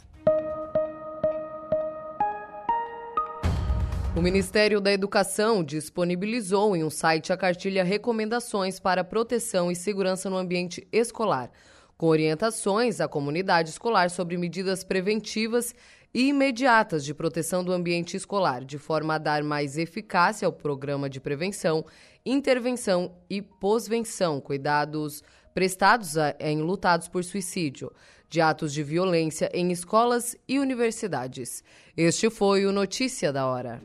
O Ministério da Educação disponibilizou em um site a cartilha Recomendações para Proteção e Segurança no Ambiente Escolar, com orientações à comunidade escolar sobre medidas preventivas e imediatas de proteção do ambiente escolar, de forma a dar mais eficácia ao programa de prevenção, intervenção e pós-venção, cuidados prestados a enlutados por suicídio, de atos de violência em escolas e universidades. Este foi o Notícia da Hora.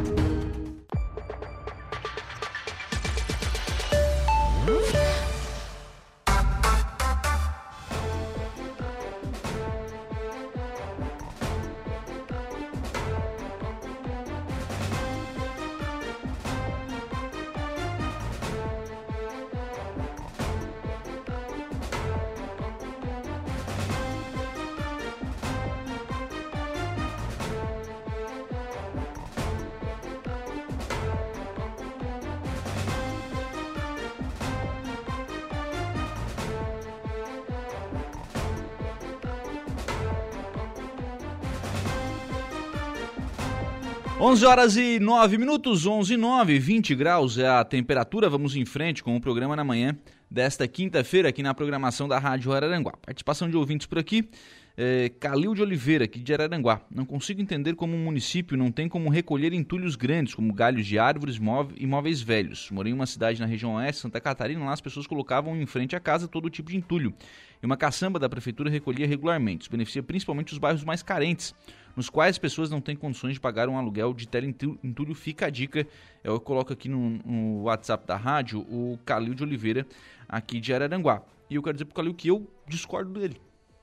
onze horas e nove minutos, onze e nove, vinte graus é a temperatura. Vamos em frente com o programa na manhã desta quinta-feira aqui na programação da Rádio Araranguá. Participação de ouvintes por aqui. É, Calil de Oliveira, aqui de Araranguá. Não consigo entender como um município não tem como recolher entulhos grandes, como galhos de árvores e móveis velhos. Morei em uma cidade na região oeste, Santa Catarina, lá as pessoas colocavam em frente à casa todo tipo de entulho. E uma caçamba da prefeitura recolhia regularmente. Isso beneficia principalmente os bairros mais carentes, nos quais as pessoas não têm condições de pagar um aluguel de teleentulho. Fica a dica, eu coloco aqui no, no WhatsApp da rádio, o Calil de Oliveira, aqui de Araranguá. E eu quero dizer pro Calil que eu discordo dele.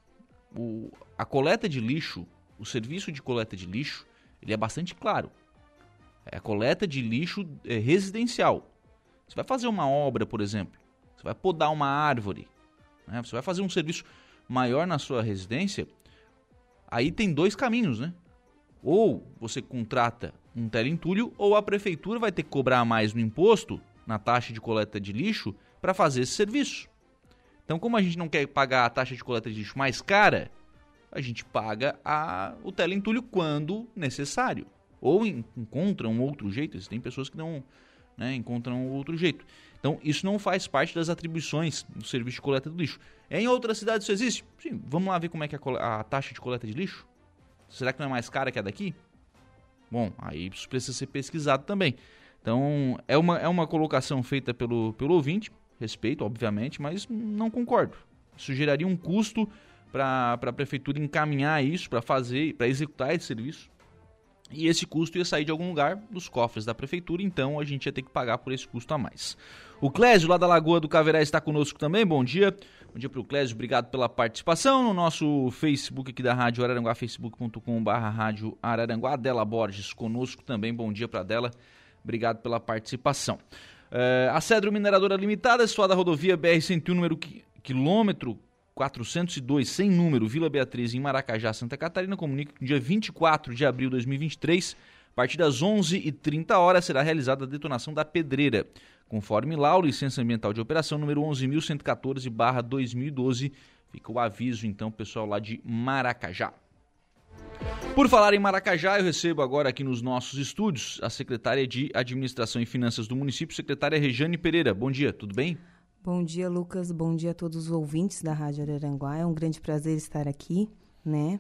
O, a coleta de lixo, o serviço de coleta de lixo, ele é bastante claro. É a coleta de lixo é, residencial. Você vai fazer uma obra, por exemplo, você vai podar uma árvore, né? Você vai fazer um serviço maior na sua residência, aí tem dois caminhos, né? Ou você contrata um teleentulho, ou a prefeitura vai ter que cobrar mais no imposto, na taxa de coleta de lixo, para fazer esse serviço. Então, como a gente não quer pagar a taxa de coleta de lixo mais cara, a gente paga a, o teleentulho quando necessário. Ou em, encontra um outro jeito. Existem pessoas que não, né, encontram outro jeito. Então, isso não faz parte das atribuições do serviço de coleta do lixo. Em outras cidades isso existe? Sim, vamos lá ver como é que é a, a taxa de coleta de lixo. Será que não é mais cara que a daqui? Bom, aí isso precisa ser pesquisado também. Então, é uma, é uma colocação feita pelo, pelo ouvinte. Respeito, obviamente, mas não concordo. Isso geraria um custo para a prefeitura encaminhar isso, para fazer, para executar esse serviço. E esse custo ia sair de algum lugar dos cofres da prefeitura, então a gente ia ter que pagar por esse custo a mais. O Clésio, lá da Lagoa do Caverá, está conosco também. Bom dia. Bom dia para o Clésio, obrigado pela participação. No nosso Facebook aqui da Rádio Araranguá, facebook ponto com barra Rádio Araranguá. Adela Borges conosco também. Bom dia para a Adela. Obrigado pela participação. Uh, a Cedro Mineradora Limitada, situada da rodovia B R cento e um, número qui- quilômetro quatrocentos e dois, sem número, Vila Beatriz, em Maracajá, Santa Catarina, comunica que no dia vinte e quatro de abril de dois mil e vinte e três, a partir das onze e trinta horas, será realizada a detonação da pedreira. Conforme lá, o licença ambiental de operação número onze mil cento e quatorze barra dois mil e doze. Fica o aviso, então, pessoal lá de Maracajá. Por falar em Maracajá, eu recebo agora aqui nos nossos estúdios a secretária de Administração e Finanças do município, secretária Rejane Pereira. Bom dia, tudo bem? Bom dia, Lucas. Bom dia a todos os ouvintes da Rádio Araranguá. É um grande prazer estar aqui, né?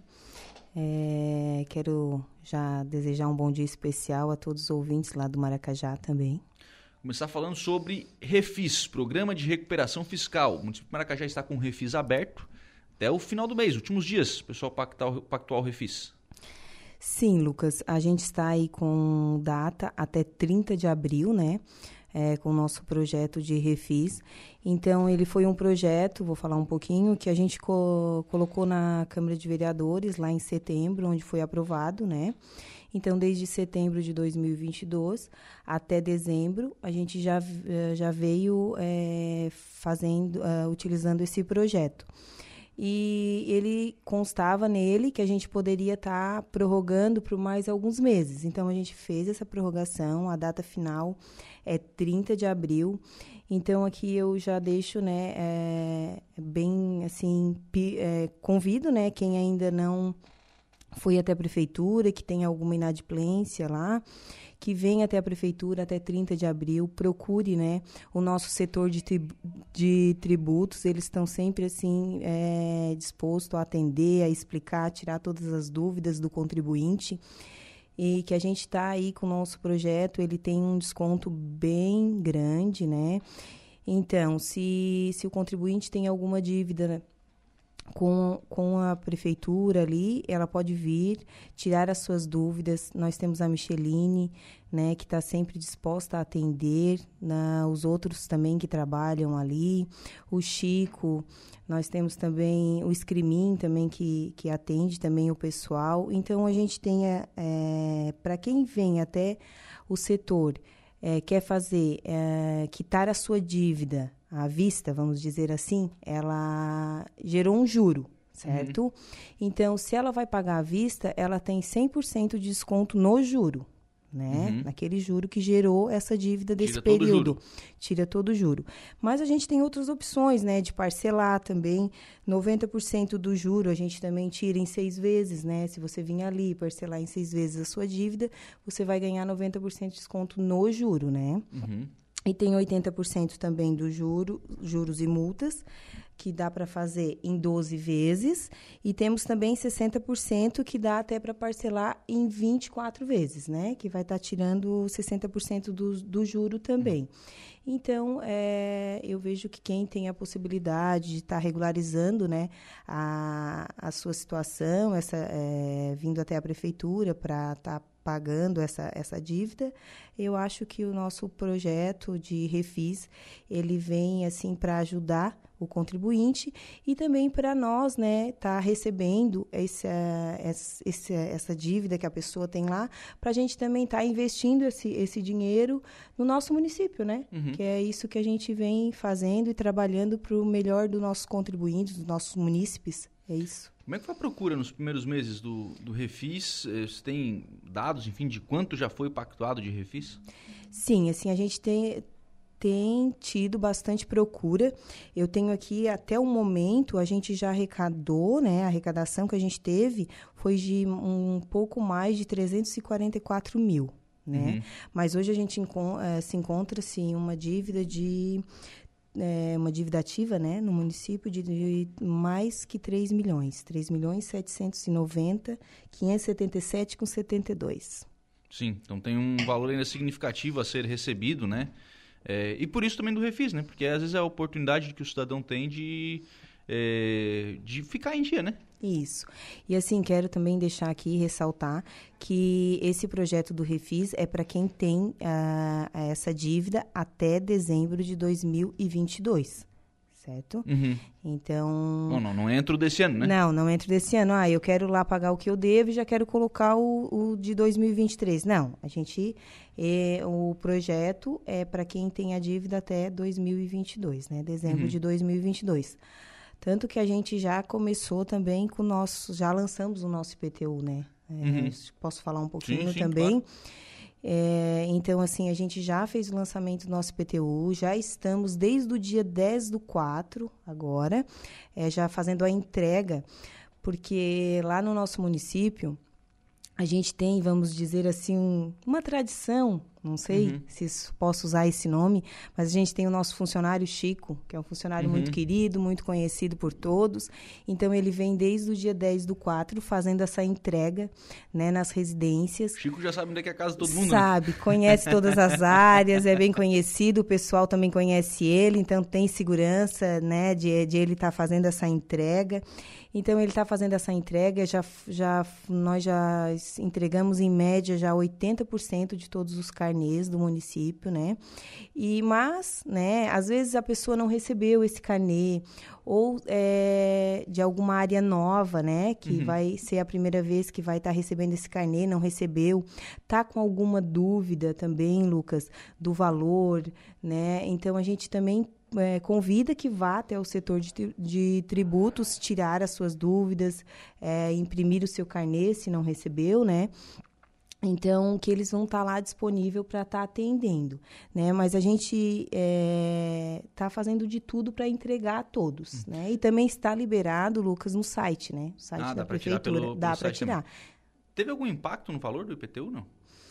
É, quero já desejar um bom dia especial a todos os ouvintes lá do Maracajá também. Começar falando sobre Refis, Programa de Recuperação Fiscal. O município de Maracajá está com o Refis aberto até o final do mês, últimos dias, o pessoal pactuar, pactuar o Refis. Sim, Lucas, a gente está aí com data até trinta de abril, né, é, com o nosso projeto de Refis. Então, ele foi um projeto, vou falar um pouquinho, que a gente co- colocou na Câmara de Vereadores lá em setembro, onde foi aprovado, né. Então, desde setembro de dois mil e vinte e dois até dezembro, a gente já, já veio é, fazendo, uh, utilizando esse projeto. e ele constava nele que a gente poderia estar tá prorrogando por mais alguns meses. Então, a gente fez essa prorrogação, a data final é trinta de abril. Então, aqui eu já deixo, né, é, bem, assim, pi, é, convido, né, quem ainda não foi até a prefeitura, que tem alguma inadimplência lá, que venha até a prefeitura até trinta de abril, procure, né, o nosso setor de, tribu- de tributos, eles estão sempre, assim, é, dispostos a atender, a explicar, a tirar todas as dúvidas do contribuinte, e que a gente está aí com o nosso projeto, ele tem um desconto bem grande, né, então, se, se o contribuinte tem alguma dívida, né, Com, com a prefeitura ali, ela pode vir, tirar as suas dúvidas. Nós temos a Micheline, né, que está sempre disposta a atender, na, os outros também que trabalham ali, o Chico, nós temos também o Escrimin também que, que atende também o pessoal. Então, a gente tem, é, para quem vem até o setor, é, quer fazer, é, quitar a sua dívida, à vista, vamos dizer assim, ela gerou um juro, certo? Uhum. Então, se ela vai pagar à vista, ela tem cem por cento de desconto no juro, né? Uhum. Naquele juro que gerou essa dívida desse Tira período. Todo Tira todo o juro. Mas a gente tem outras opções, né? De parcelar também. noventa por cento do juro a gente também tira em seis vezes, né? Se você vir ali parcelar em seis vezes a sua dívida, você vai ganhar noventa por cento de desconto no juro, né? Uhum. E tem oitenta por cento também do juro, juros e multas, que dá para fazer em doze vezes. E temos também sessenta por cento que dá até para parcelar em vinte e quatro vezes, né? Que vai estar tá tirando sessenta por cento do, do juro também. Então, é, eu vejo que quem tem a possibilidade de estar tá regularizando, né, a, a sua situação, essa, é, vindo até a prefeitura para estar tá pagando essa, essa dívida, eu acho que o nosso projeto de refis, ele vem assim para ajudar o contribuinte e também para nós, né, tá recebendo esse, esse, essa dívida que a pessoa tem lá, para a gente também estar tá investindo esse, esse dinheiro no nosso município, né? Uhum. Que é isso que a gente vem fazendo e trabalhando para o melhor dos nossos contribuintes, dos nossos munícipes, é isso. Como é que foi a procura nos primeiros meses do, do refis? Você tem dados, enfim, de quanto já foi pactuado de refis? Sim, assim, a gente tem... tem tido bastante procura. Eu tenho aqui, até o momento, a gente já arrecadou, né? A arrecadação que a gente teve foi de um pouco mais de trezentos e quarenta e quatro mil, né? Uhum. Mas hoje a gente enco- uh, se encontra, assim, uma dívida de... É, uma dívida ativa, né? No município de, de mais que três milhões. três milhões setecentos e noventa mil quinhentos e setenta e sete reais e setenta e dois centavos. Sim, então tem um valor ainda significativo a ser recebido, né? É, e por isso também do refis, né? Porque às vezes é a oportunidade que o cidadão tem de, é, de ficar em dia, né? Isso. E assim, quero também deixar aqui, ressaltar, que esse projeto do refis é para quem tem uh, essa dívida até dezembro de dois mil e vinte e dois. Certo? Uhum. Então... Não, não, não entro desse ano, né? Não, não entro desse ano. Ah, eu quero lá pagar o que eu devo e já quero colocar o, o de dois mil e vinte e três. Não, a gente... É, o projeto é para quem tem a dívida até dois mil e vinte e dois, né? Dezembro uhum. de dois mil e vinte e dois. Tanto que a gente já começou também com o nosso... Já lançamos o nosso I P T U, né? É, uhum. Posso falar um pouquinho sim, sim, também? Claro. É, então, assim, a gente já fez o lançamento do nosso I P T U, já estamos desde o dia dez do quatro, agora, é, já fazendo a entrega, porque lá no nosso município, a gente tem, vamos dizer assim, um, uma tradição, não sei uhum. se posso usar esse nome, mas a gente tem o nosso funcionário Chico, que é um funcionário uhum. muito querido, muito conhecido por todos. Então, ele vem desde o dia dez do quatro fazendo essa entrega, né, nas residências. Chico já sabe onde é que é a casa de todo mundo. Sabe, né? Conhece todas as áreas, é bem conhecido, o pessoal também conhece ele, então tem segurança, né, de, de ele estar tá fazendo essa entrega. Então, ele está fazendo essa entrega, já, já, nós já entregamos, em média, já oitenta por cento de todos os cartões carnês do município, né? E, mas, né, às vezes a pessoa não recebeu esse carnê, ou é, de alguma área nova, né, que uhum. vai ser a primeira vez que vai estar tá recebendo esse carnê, não recebeu, tá com alguma dúvida também, Lucas, do valor, né? Então, a gente também É, convida que vá até o setor de, de tributos, tirar as suas dúvidas, é, imprimir o seu carnê, se não recebeu, né? Então, que eles vão estar lá disponível para estar tá atendendo, né? Mas a gente está é, fazendo de tudo para entregar a todos, hum. né? E também está liberado, Lucas, no site, né? O site ah, da dá prefeitura. Tirar pelo, dá para Também. tirar. Teve algum impacto no valor do I P T U, não?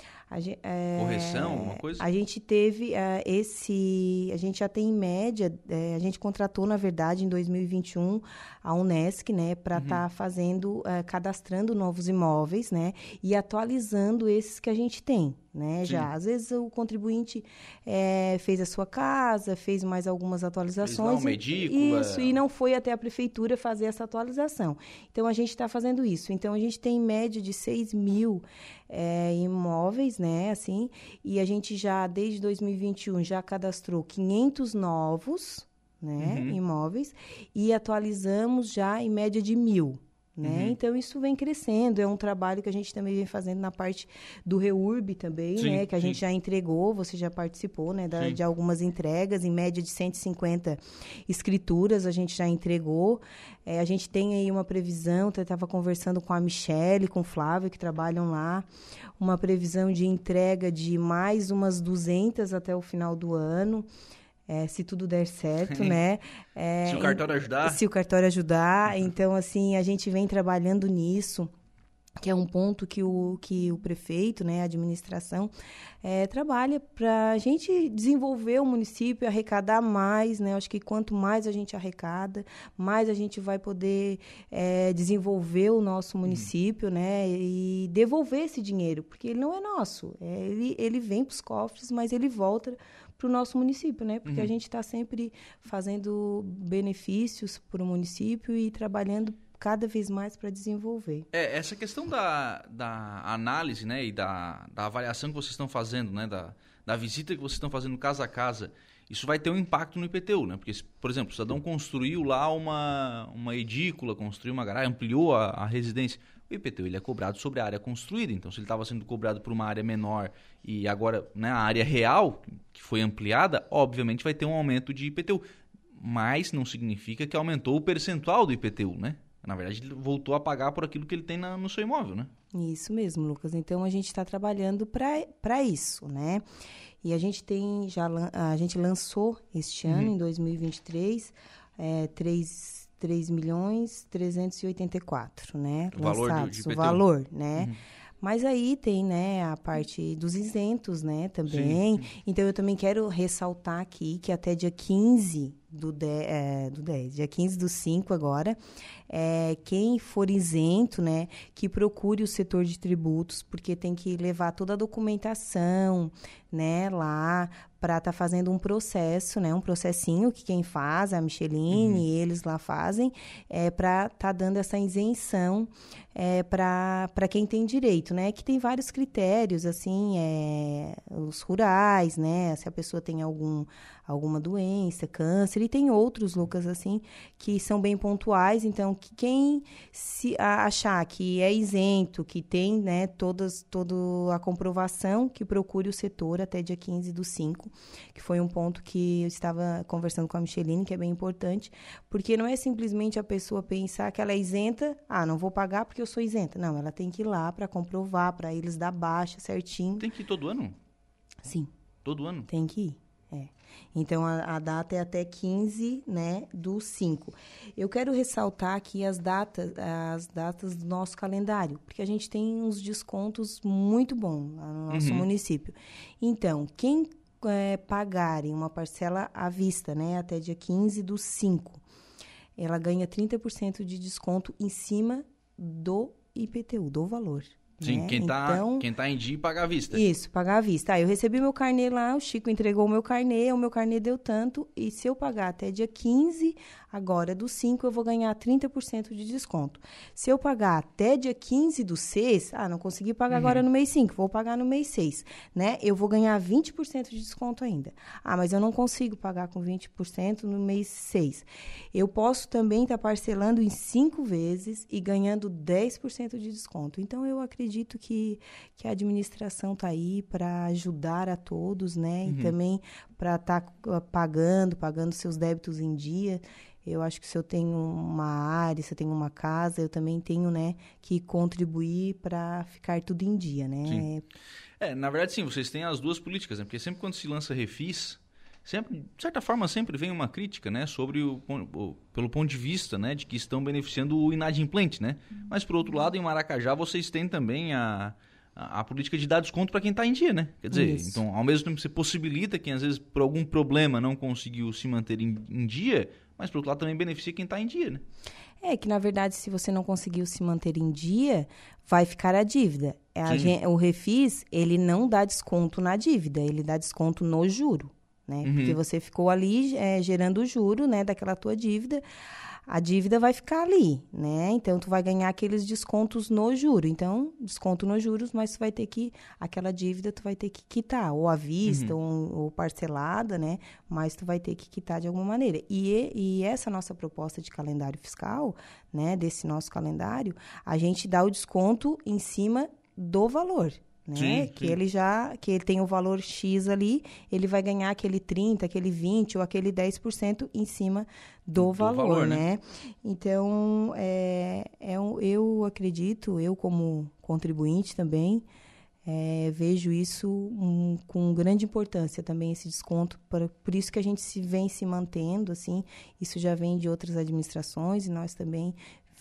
A gente, é, Correção, alguma coisa? A gente teve uh, esse... A gente já tem em média... É, a gente contratou, na verdade, em dois mil e vinte e um, a Unesc, né? Para estar uhum. tá fazendo... Uh, cadastrando novos imóveis, né? E atualizando esses que a gente tem, né? Sim. Já. Às vezes, o contribuinte é, fez a sua casa, fez mais algumas atualizações. Fez lá uma edícula. Isso, e não foi até a prefeitura fazer essa atualização. Então, a gente está fazendo isso. Então, a gente tem em média de seis mil é, imóveis, né, assim, e a gente já, desde dois mil e vinte e um, já cadastrou quinhentos novos, né, uhum. imóveis, e atualizamos já em média de mil. Né? Uhum. Então, isso vem crescendo, é um trabalho que a gente também vem fazendo na parte do REURB também, sim, né? Que a sim. gente já entregou, você já participou, né? Da, de algumas entregas, em média de cento e cinquenta escrituras a gente já entregou. É, a gente tem aí uma previsão, eu estava conversando com a Michele, com o Flávio, que trabalham lá, uma previsão de entrega de mais umas duzentas até o final do ano. É, se tudo der certo, né? É, se o cartório ajudar. Se o cartório ajudar. Uhum. Então, assim, a gente vem trabalhando nisso, que é um ponto que o, que o prefeito, né, a administração, é, trabalha para a gente desenvolver o município, arrecadar mais, né? Acho que quanto mais a gente arrecada, mais a gente vai poder é, desenvolver o nosso município, uhum. né? E devolver esse dinheiro, porque ele não é nosso. É, ele, ele vem para os cofres, mas ele volta para o nosso município, né? Porque uhum. a gente está sempre fazendo benefícios para o município e trabalhando cada vez mais para desenvolver. É, essa questão da, da análise, né, e da, da avaliação que vocês estão fazendo, né, da, da visita que vocês estão fazendo casa a casa, isso vai ter um impacto no I P T U, né? Porque, por exemplo, o cidadão construiu lá uma, uma edícula, construiu uma garagem, ampliou a, a residência. O I P T U ele é cobrado sobre a área construída, então se ele estava sendo cobrado por uma área menor e agora, né, a área real, que foi ampliada, obviamente vai ter um aumento de I P T U. Mas não significa que aumentou o percentual do I P T U, né? Na verdade, ele voltou a pagar por aquilo que ele tem na, no seu imóvel, né? Isso mesmo, Lucas. Então, a gente está trabalhando para isso, né? E a gente tem, já a gente lançou este uhum. ano, em dois mil e vinte e três, é, três milhões trezentos e oitenta e quatro, né? O valor de, de I P T U. O valor, né? Uhum. Mas aí tem, né, a parte dos isentos, né, também. Sim, sim. Então, eu também quero ressaltar aqui que até dia quinze do dez, é, do dez, dia quinze do cinco agora, é, quem for isento, né, que procure o setor de tributos, porque tem que levar toda a documentação, né, lá, para estar tá fazendo um processo, né, um processinho que quem faz, a Micheline, uhum. eles lá fazem, é, para estar tá dando essa isenção é, para quem tem direito, né, que tem vários critérios, assim, é, os rurais, né, se a pessoa tem algum, alguma doença, câncer, e tem outros, Lucas, assim, que são bem pontuais, então, que quem se achar que é isento, que tem, né, todas, toda a comprovação, que procure o setor até dia quinze do cinco, que foi um ponto que eu estava conversando com a Micheline, que é bem importante, porque não é simplesmente a pessoa pensar que ela é isenta, ah, não vou pagar porque eu sou isenta. Não, ela tem que ir lá para comprovar, para eles dar baixa certinho. Tem que ir todo ano? Sim. Todo ano? Tem que ir, é. Então, a, a data é até quinze, né, do cinco. Eu quero ressaltar aqui as datas, as datas do nosso calendário, porque a gente tem uns descontos muito bons lá no nosso uhum. município. Então, quem é, pagarem uma parcela à vista, né, até dia quinze do cinco, ela ganha trinta por cento de desconto em cima do I P T U, do valor. Sim, né? quem está então, quem tá em dia paga à vista. Isso, pagar à vista. Ah, eu recebi meu carnê lá, o Chico entregou o meu carnê, o meu carnê deu tanto, e se eu pagar até dia quinze, agora do cinco, eu vou ganhar trinta por cento de desconto. Se eu pagar até dia quinze do seis, ah, não consegui pagar uhum. agora no mês cinco, vou pagar no mês seis, né? Eu vou ganhar vinte por cento de desconto ainda. Ah, mas eu não consigo pagar com vinte por cento no mês seis. Eu posso também estar tá parcelando em cinco vezes e ganhando dez por cento de desconto. Então, eu acredito acredito que, que a administração está aí para ajudar a todos, né? Uhum. E também para estar tá pagando, pagando seus débitos em dia. Eu acho que se eu tenho uma área, se eu tenho uma casa, eu também tenho, né, que contribuir para ficar tudo em dia, né? Sim. É, na verdade, sim, vocês têm as duas políticas, né? Porque sempre quando se lança refis, sempre, de certa forma, sempre vem uma crítica, né, sobre o, o, pelo ponto de vista, né, de que estão beneficiando o inadimplente, né? Mas, por outro lado, em Maracajá, vocês têm também a, a, a política de dar desconto para quem está em dia, né? Quer dizer, Isso. então, ao mesmo tempo que você possibilita quem, às vezes, por algum problema não conseguiu se manter em, em dia, mas, por outro lado, também beneficia quem está em dia, né? É que, na verdade, se você não conseguiu se manter em dia, vai ficar a dívida. A gente, o refis, ele não dá desconto na dívida, ele dá desconto no juro. Né? Uhum. Porque você ficou ali é, gerando o juro, né, daquela tua dívida, a dívida vai ficar ali, né? Então, tu vai ganhar aqueles descontos no juro. Então, desconto nos juros, mas tu vai ter que, aquela dívida tu vai ter que quitar, ou à vista, uhum. ou, ou parcelada, né? Mas tu vai ter que quitar de alguma maneira. E, e essa nossa proposta de calendário fiscal, né, desse nosso calendário, a gente dá o desconto em cima do valor. Né? Sim, que sim. ele já, que ele tem o valor X ali, ele vai ganhar aquele trinta, aquele vinte ou aquele dez por cento em cima do, do valor, valor, né? né? Então, é, é um, eu acredito, eu como contribuinte também, é, vejo isso um, com grande importância também, esse desconto, por, por isso que a gente se vem se mantendo, assim, isso já vem de outras administrações e nós também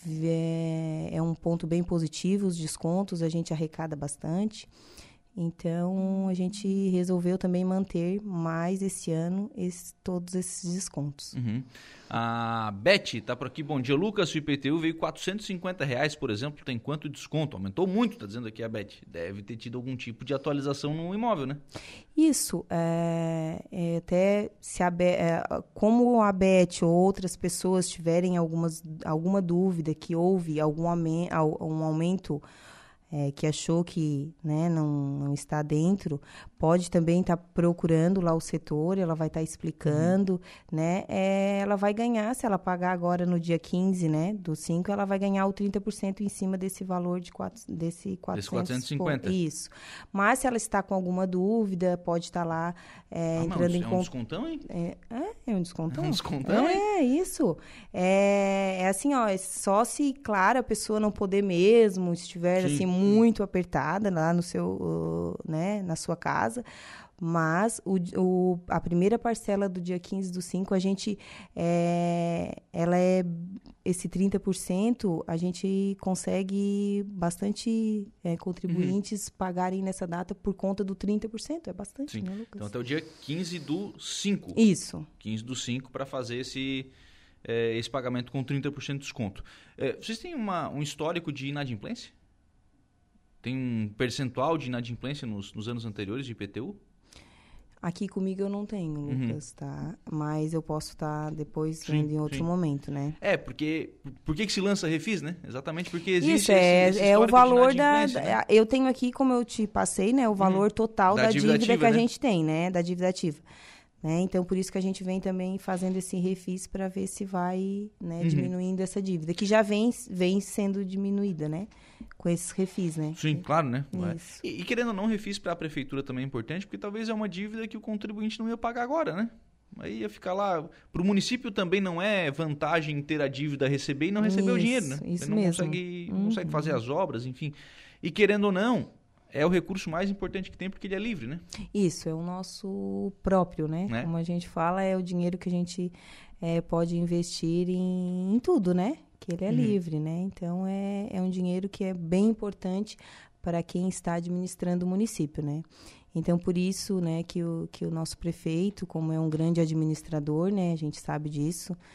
É, é um ponto bem positivo, os descontos, a gente arrecada bastante. Então, a gente resolveu também manter mais esse ano esse, todos esses descontos. Uhum. A Beth está por aqui. Bom dia, Lucas. O I P T U veio quatrocentos e cinquenta reais, por exemplo. Tem quanto desconto? Aumentou muito, está dizendo aqui a Beth. Deve ter tido algum tipo de atualização no imóvel, né? Isso. É, é, até se a Be- é, como a Beth ou outras pessoas tiverem algumas, alguma dúvida que houve algum aumen- um aumento... É, que achou que, né, não, não está dentro, pode também estar tá procurando lá o setor, ela vai estar tá explicando, uhum. né, é, ela vai ganhar, se ela pagar agora no dia quinze, né, do cinco, ela vai ganhar o trinta por cento em cima desse valor de quatro, desse quatrocentos, quatrocentos e cinquenta. Isso. Mas se ela está com alguma dúvida, pode estar tá lá é, ah, entrando em contato. É um descontão, hein? É, é, é um descontão. É um descontão, é, hein? É, isso. É, é assim, ó, é só se, claro, a pessoa não poder mesmo, estiver, Sim. assim, muito apertada lá no seu, uh, né, na sua casa, mas o, o, a primeira parcela do dia quinze do cinco, a gente, é, ela é, esse trinta por cento, a gente consegue bastante é, contribuintes uhum. pagarem nessa data por conta do trinta por cento, é bastante, Sim. né, Lucas? Então, até o dia quinze do cinco. Isso. quinze do cinco para fazer esse... É, esse pagamento com trinta por cento de desconto. É, vocês têm uma, um histórico de inadimplência? Tem um percentual de inadimplência nos, nos anos anteriores de I P T U? Aqui comigo eu não tenho, Lucas, uhum. tá? Mas eu posso estar depois vendo em outro sim. momento, né? É, porque... Por que que se lança refis, né? Exatamente porque existe Isso, é, esse, esse é o valor da... Né? Eu tenho aqui, como eu te passei, né? O valor uhum. total da, da dívida, dívida ativa, que a né? gente tem, né? Da dívida ativa. Né? Então, por isso que a gente vem também fazendo esse refis para ver se vai, né, uhum. diminuindo essa dívida, que já vem, vem sendo diminuída, né? Com esses refis, né? Sim, claro, né? E, e querendo ou não, refis para a prefeitura também é importante, porque talvez é uma dívida que o contribuinte não ia pagar agora, né? Aí ia ficar lá... Para o município também não é vantagem ter a dívida, receber e não receber isso, o dinheiro, né? Isso Ele não mesmo. Consegue, uhum. não consegue fazer as obras, enfim. E querendo ou não... É o recurso mais importante que tem, porque ele é livre, né? Isso, é o nosso próprio, né? né? Como a gente fala, é o dinheiro que a gente é, pode investir em, em tudo, né? Que ele é uhum. livre, né? Então, é, é um dinheiro que é bem importante para quem está administrando o município, né? Então, por isso, né, que o, que o nosso prefeito, como é um grande administrador, né? A gente sabe disso,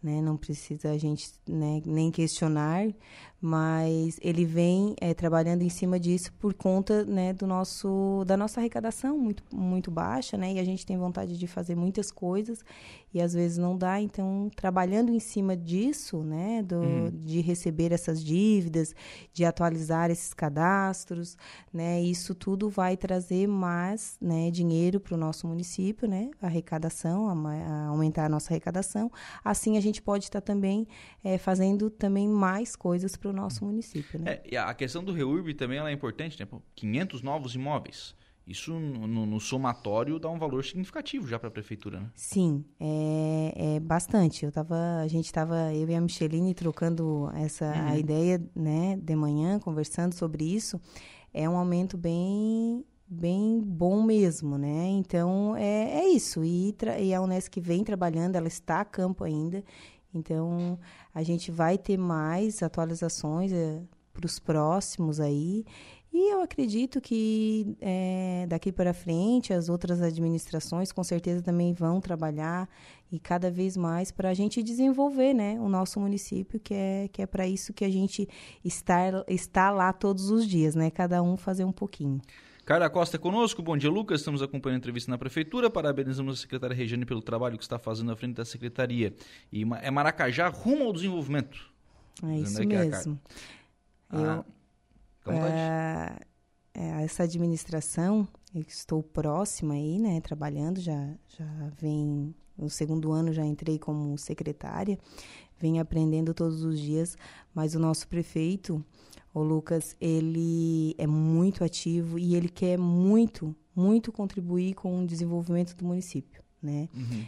né? Não precisa a gente, né, nem questionar, mas ele vem é, trabalhando em cima disso por conta, né, do nosso, da nossa arrecadação muito, muito baixa, né? E a gente tem vontade de fazer muitas coisas e às vezes não dá. Então, trabalhando em cima disso, né, do, uhum. de receber essas dívidas, de atualizar esses cadastros, né, isso tudo vai trazer mais, né, dinheiro para o nosso município, né, arrecadação, a, a aumentar a nossa arrecadação. Assim, a gente pode estar também é, fazendo também mais coisas para o nosso município, né? É, e a questão do REURB também ela é importante, né? quinhentos novos imóveis. Isso no, no, no somatório dá um valor significativo já para a prefeitura, né? Sim, é, é bastante. Eu tava, a gente estava, eu e a Micheline, trocando essa uhum. a ideia, né, de manhã, conversando sobre isso. É um aumento bem, bem bom mesmo, né? Então, é, é isso. E, tra- e a Unesc vem trabalhando, ela está a campo ainda. Então, a gente vai ter mais atualizações é, para os próximos aí. E eu acredito que é, daqui para frente as outras administrações com certeza também vão trabalhar e cada vez mais para a gente desenvolver, né, o nosso município, que é, que é para isso que a gente está, está lá todos os dias, né? Cada um fazer um pouquinho. Carla Costa conosco, bom dia, Lucas, estamos acompanhando a entrevista na Prefeitura, parabenizamos a secretária Regiane pelo trabalho que está fazendo à frente da Secretaria. E é Maracajá rumo ao desenvolvimento. É isso é mesmo. É ah, Eu, é, é, essa administração, eu estou próxima aí, né, trabalhando, já, já vem, no segundo ano já entrei como secretária, venho aprendendo todos os dias, mas o nosso prefeito, o Lucas, ele é muito ativo e ele quer muito, muito contribuir com o desenvolvimento do município, né? Uhum.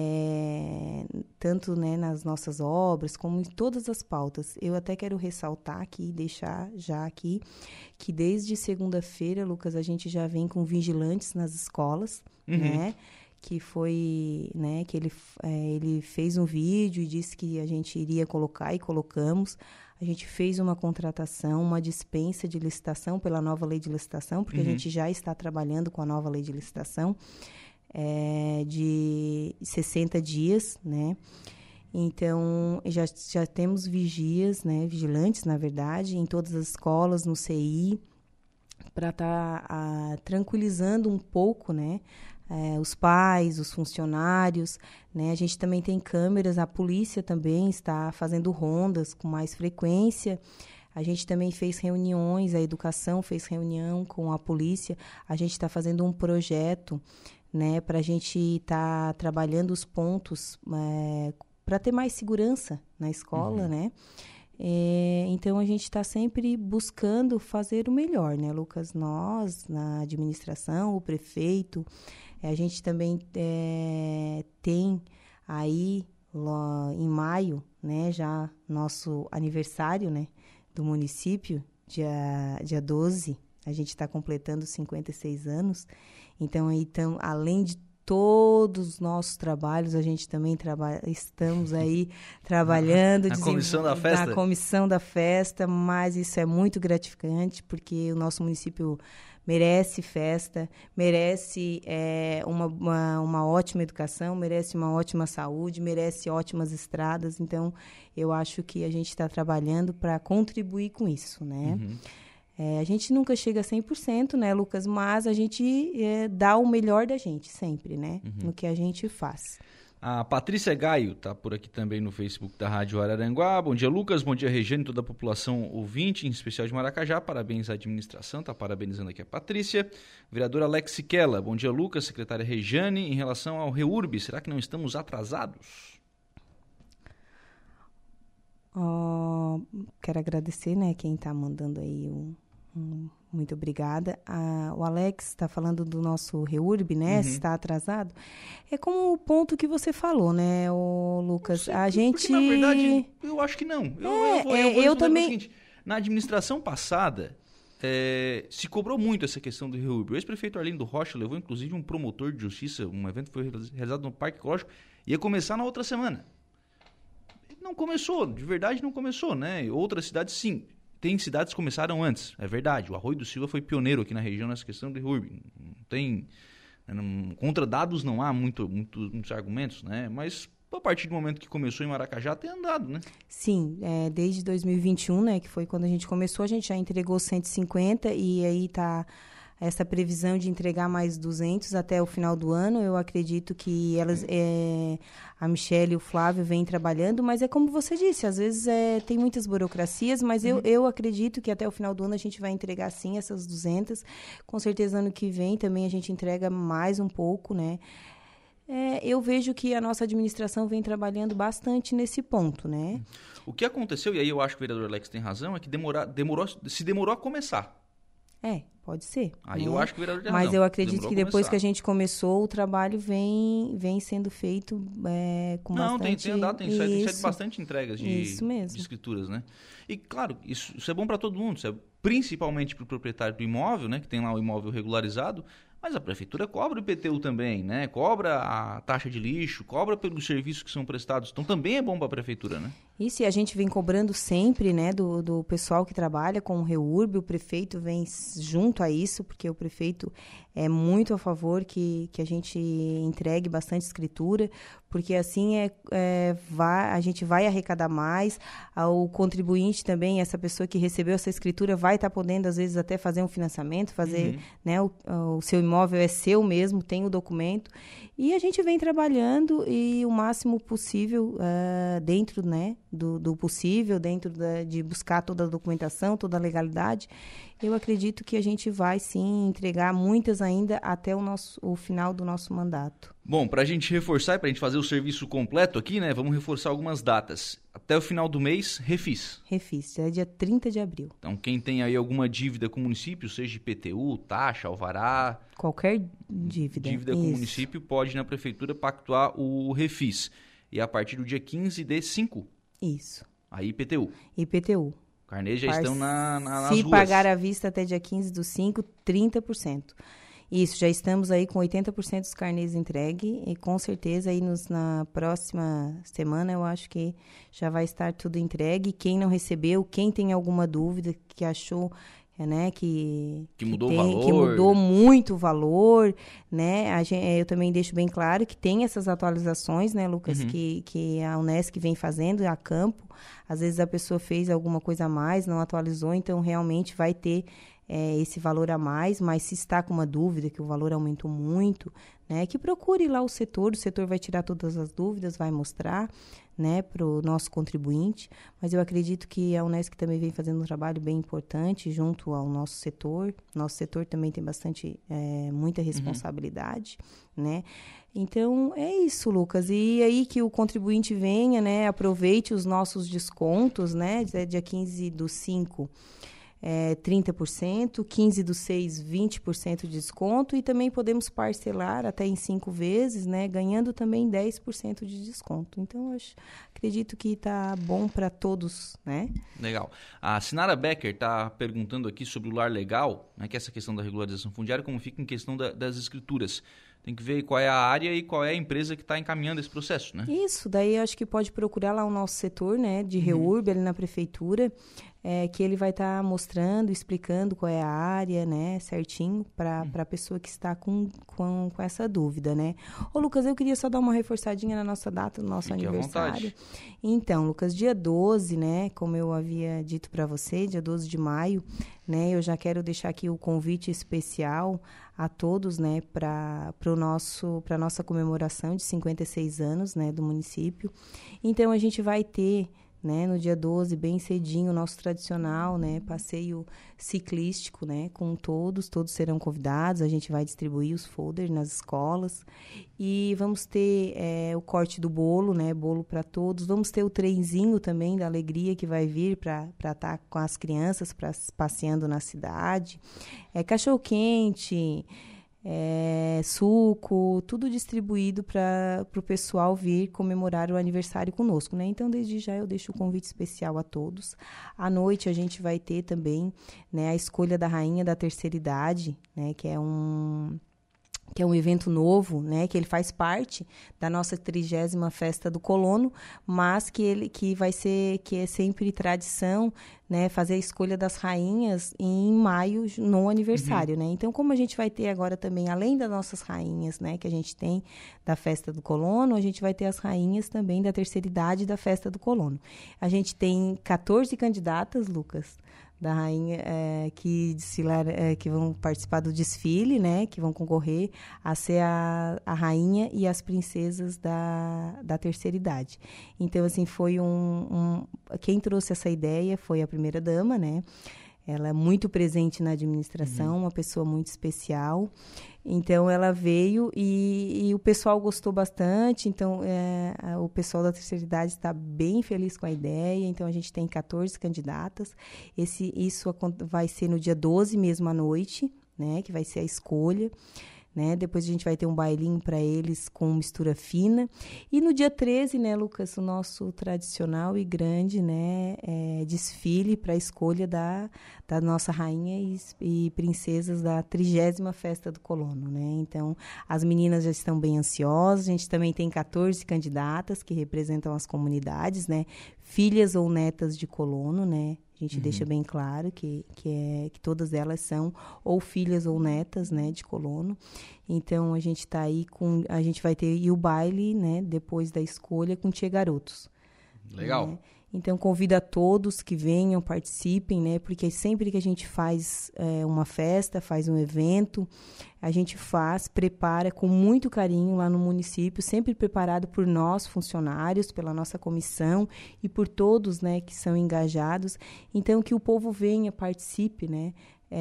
É, tanto, né, nas nossas obras, como em todas as pautas. Eu até quero ressaltar aqui, deixar já aqui, que desde segunda-feira, Lucas, a gente já vem com vigilantes nas escolas, uhum. né? Que foi, né, que ele, é, ele fez um vídeo e disse que a gente iria colocar e colocamos. A gente fez uma contratação, uma dispensa de licitação pela nova lei de licitação, porque uhum. a gente já está trabalhando com a nova lei de licitação é, de sessenta dias, né? Então, já, já temos vigias, né, vigilantes, na verdade, em todas as escolas, no C I, para estar tá, tranquilizando um pouco, né, É, os pais, os funcionários, né? A gente também tem câmeras, a polícia também está fazendo rondas com mais frequência. A gente também fez reuniões, a educação fez reunião com a polícia. A gente está fazendo um projeto, né, para a gente estar tá trabalhando os pontos é, para ter mais segurança na escola, uhum. né? É, então, a gente está sempre buscando fazer o melhor, né, Lucas? Nós, na administração, o prefeito, a gente também é, tem aí, lá em maio, né, já nosso aniversário, né, do município, dia, dia doze, a gente está completando cinquenta e seis anos. Então, aí, tam, além de todos os nossos trabalhos, a gente também trabalha, estamos aí trabalhando. Na comissão da festa? Na comissão da festa, mas isso é muito gratificante, porque o nosso município merece festa, merece é, uma, uma, uma ótima educação, merece uma ótima saúde, merece ótimas estradas. Então, eu acho que a gente está trabalhando para contribuir com isso, né? Uhum. É, a gente nunca chega a cem por cento, né, Lucas? Mas a gente é, dá o melhor da gente sempre, né? Uhum. No que a gente faz. A Patrícia Gaio está por aqui também no Facebook da Rádio Araranguá. Bom dia, Lucas. Bom dia, Regiane, toda a população ouvinte, em especial de Maracajá. Parabéns à administração, está parabenizando aqui a Patrícia. Vereadora Alex Siquela. Bom dia, Lucas. Secretária Regiane, em relação ao REURB, será que não estamos atrasados? Oh, quero agradecer, né, quem está mandando aí o... Um, muito obrigada. Ah, o Alex está falando do nosso REURB, né? Uhum. Se está atrasado. É como o ponto que você falou, né, o Lucas? Sei, a gente... Porque, na verdade, eu acho que não. Eu, é, eu, vou, é, eu, vou eu também... seguinte, na administração passada, é, se cobrou muito essa questão do REURB. O ex-prefeito Arlindo Rocha levou, inclusive, um promotor de justiça, um evento que foi realizado no Parque Ecológico, ia começar na outra semana. Não começou, de verdade não começou, né? Outras cidades, sim. Tem cidades que começaram antes, é verdade. O Arroio do Silva foi pioneiro aqui na região nessa questão do REURB. Não tem, não, contra dados não há muito, muito, muitos argumentos, né? Mas a partir do momento que começou em Maracajá, tem andado, né? Sim, é, desde dois mil e vinte e um, né, que foi quando a gente começou, a gente já entregou cento e cinquenta e aí está essa previsão de entregar mais duzentos até o final do ano. Eu acredito que elas, é, a Michelle e o Flávio vêm trabalhando, mas é como você disse, às vezes é, tem muitas burocracias, mas uhum. eu, eu acredito que até o final do ano a gente vai entregar sim essas duzentas. Com certeza ano que vem também a gente entrega mais um pouco, né? É, eu vejo que a nossa administração vem trabalhando bastante nesse ponto, né? O que aconteceu, e aí eu acho que o vereador Alex tem razão, é que demora, demorou, se demorou a começar. É, pode ser. Aí né? eu acho que o vereador tem Mas razão. eu acredito Demorou que depois começar. que a gente começou, o trabalho vem, vem sendo feito é, com Não, bastante... Não, tem, tem andado, tem, tem saído bastante entregas de, isso mesmo. de escrituras, né? E, claro, isso, isso é bom para todo mundo, isso é principalmente para o proprietário do imóvel, né, que tem lá o imóvel regularizado, mas a prefeitura cobra o I P T U também, né? Cobra a taxa de lixo, cobra pelos serviços que são prestados. Então também é bom para a prefeitura, né? Isso, e a gente vem cobrando sempre, né, do, do pessoal que trabalha com o REURB. O prefeito vem junto a isso, porque o prefeito é muito a favor que, que a gente entregue bastante escritura, porque assim é, é, vai, a gente vai arrecadar mais. O contribuinte também, essa pessoa que recebeu essa escritura, vai estar tá podendo, às vezes, até fazer um financiamento, fazer, uhum. né, o, o seu imóvel é seu mesmo, tem o documento. E a gente vem trabalhando e o máximo possível uh, dentro, né, do, do possível, dentro da, de buscar toda a documentação, toda a legalidade. Eu acredito que a gente vai, sim, entregar muitas ainda até o, nosso, o final do nosso mandato. Bom, para a gente reforçar e para a gente fazer o serviço completo aqui, né, vamos reforçar algumas datas. Até o final do mês, Refis. Refis, é dia trinta de abril. Então, quem tem aí alguma dívida com o município, seja I P T U, taxa, alvará... Qualquer dívida. Dívida Isso. com o município, pode ir na prefeitura pactuar o Refis. E a partir do dia quinze de cinco. Isso. Aí I P T U. I P T U. Carnês já Par... estão na, na, nas Se ruas. pagar à vista até dia quinze do cinco, trinta por cento. Isso, já estamos aí com oitenta por cento dos carnês entregue e com certeza aí nos, na próxima semana eu acho que já vai estar tudo entregue. Quem não recebeu, quem tem alguma dúvida, que achou... Né, que, que, mudou que, tem, o valor. que mudou muito o valor, né? A gente, eu também deixo bem claro que tem essas atualizações, né, Lucas, uhum. que, que a Unesc vem fazendo a campo. Às vezes a pessoa fez alguma coisa a mais, não atualizou, então realmente vai ter é, esse valor a mais, mas se está com uma dúvida que o valor aumentou muito, né, que procure lá o setor, o setor vai tirar todas as dúvidas, vai mostrar, né, para o nosso contribuinte, mas eu acredito que a Unesc também vem fazendo um trabalho bem importante junto ao nosso setor. Nosso setor também tem bastante, é, muita responsabilidade, uhum. né? Então, é isso, Lucas. E aí que o contribuinte venha, né, aproveite os nossos descontos, né, dia quinze do cinco. É, trinta por cento, quinze do seis, vinte por cento de desconto e também podemos parcelar até em cinco vezes, né, ganhando também dez por cento de desconto. Então, eu acho, acredito que está bom para todos, né? Legal. A Sinara Becker está perguntando aqui sobre o lar legal, né, que é essa questão da regularização fundiária, como fica em questão da, das escrituras. Tem que ver qual é a área e qual é a empresa que está encaminhando esse processo, né? Isso, daí eu acho que pode procurar lá o nosso setor, né, de REURB, uhum. ali na prefeitura, é, que ele vai estar tá mostrando, explicando qual é a área, né, certinho, para uhum. a pessoa que está com, com, com essa dúvida, né? Ô, Lucas, eu queria só dar uma reforçadinha na nossa data, no nosso Fique aniversário. Então, Lucas, dia doze, né, como eu havia dito para você, dia doze de maio, né, eu já quero deixar aqui o convite especial a todos, né, para o nosso, para a nossa comemoração de cinquenta e seis anos, né, do município. Então, a gente vai ter, né, no dia doze, bem cedinho, o nosso tradicional, né, passeio ciclístico, né, com todos, todos serão convidados, a gente vai distribuir os folders nas escolas e vamos ter é, o corte do bolo, né, bolo para todos, vamos ter o trenzinho também da alegria que vai vir para estar com as crianças, pra, passeando na cidade, é, cachorro-quente, É, suco, tudo distribuído para o pessoal vir comemorar o aniversário conosco, né? Então, desde já eu deixo o convite especial a todos. À noite a gente vai ter também, né, a escolha da rainha da terceira idade, né? Que é um, que é um evento novo, né, que ele faz parte da nossa trigésima Festa do Colono, mas que, ele, que vai ser, que é sempre tradição, né, fazer a escolha das rainhas em maio, no aniversário, uhum. né? Então, como a gente vai ter agora também, além das nossas rainhas, né, que a gente tem da Festa do Colono, a gente vai ter as rainhas também da terceira idade da Festa do Colono. A gente tem quatorze candidatas, Lucas, da rainha, é, que, desfilar, é, que vão participar do desfile, né, que vão concorrer a ser a, a rainha e as princesas da, da terceira idade. Então, assim, foi um, um... Quem trouxe essa ideia foi a primeira-dama, né? Ela é muito presente na administração, uhum. uma pessoa muito especial. Então, ela veio e, e o pessoal gostou bastante. Então, é, o pessoal da terceira idade está bem feliz com a ideia. Então, a gente tem quatorze candidatas. Esse, isso vai ser no dia doze, mesmo à noite, né? Que vai ser a escolha. Né? Depois a gente vai ter um bailinho para eles com mistura fina. E no dia treze, né, Lucas, o nosso tradicional e grande, né, é, desfile para a escolha da, da nossa rainha e, e princesas da trigésima Festa do Colono. Né? Então, as meninas já estão bem ansiosas. A gente também tem quatorze candidatas que representam as comunidades, né? Filhas ou netas de colono, né? A gente uhum. deixa bem claro que, que, é, que todas elas são ou filhas ou netas, né, de colono. Então, a gente está aí com... A gente vai ter e o baile, né, depois da escolha, com Tia Garotos. Legal. Né? Então, convido a todos que venham, participem, né? Porque sempre que a gente faz é, uma festa, faz um evento, a gente faz, prepara com muito carinho lá no município, sempre preparado por nós, funcionários, pela nossa comissão e por todos, né, que são engajados. Então, que o povo venha, participe, né?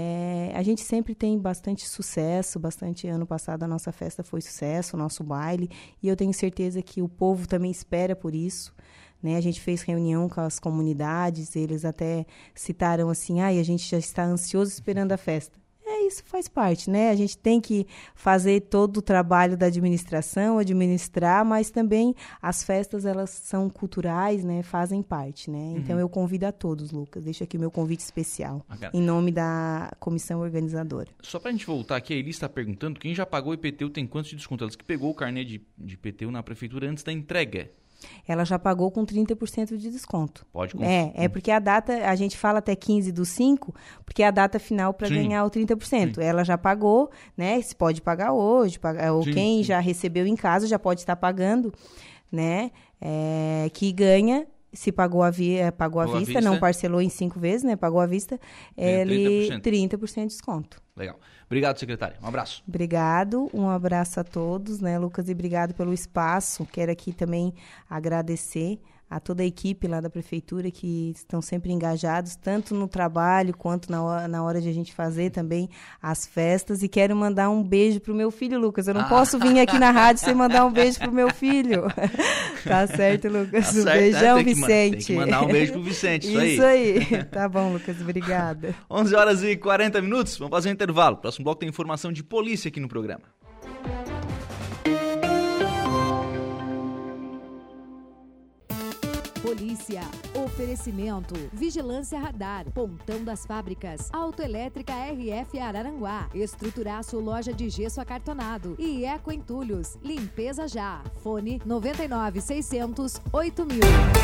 É, a gente sempre tem bastante sucesso, bastante. Ano passado a nossa festa foi sucesso, o nosso baile, e eu tenho certeza que o povo também espera por isso. Né, a gente fez reunião com as comunidades, eles até citaram assim, ah, a gente já está ansioso esperando a festa. É, isso faz parte, né? A gente tem que fazer todo o trabalho da administração, administrar, mas também as festas, elas são culturais, né? Fazem parte, né? Então, uhum. eu convido a todos, Lucas. Deixo aqui o meu convite especial, okay. em nome da comissão organizadora. Só para a gente voltar aqui, a Eli está perguntando, quem já pagou I P T U tem quantos de desconto? Ela que pegou o carnê de, de I P T U na prefeitura antes da entrega. Ela já pagou com trinta por cento de desconto. Pode contar. É, é porque a data, a gente fala até quinze do cinco, porque é a data final para ganhar o trinta por cento. Sim. Ela já pagou, né? Se pode pagar hoje, pagar, ou sim, quem sim. já recebeu em casa já pode estar pagando, né? É, que ganha, se pagou a, via, pagou a vista, vista, não parcelou em cinco vezes, né? Pagou à vista, ele trinta por cento. trinta por cento de desconto. Legal. Obrigado, secretária. Um abraço. Obrigado. Um abraço a todos, né, Lucas? E obrigado pelo espaço. Quero aqui também agradecer a toda a equipe lá da prefeitura que estão sempre engajados, tanto no trabalho quanto na hora, na hora de a gente fazer também as festas. E quero mandar um beijo pro meu filho, Lucas. Eu não ah. posso vir aqui na rádio sem mandar um beijo pro meu filho. Tá certo, Lucas? Tá um certo, beijão, é, tem Vicente. Que, tem que mandar um beijo pro Vicente, isso, isso aí. Isso aí. Tá bom, Lucas. Obrigada. onze horas e quarenta minutos. Vamos fazer um intervalo. Próximo bloco tem informação de polícia aqui no programa. Polícia, oferecimento, Vigilância Radar, Pontão das Fábricas, Autoelétrica R F Araranguá, Estruturaço Loja de Gesso Acartonado e Eco Entulhos, Limpeza Já, Fone noventa e nove, seiscentos, oito mil.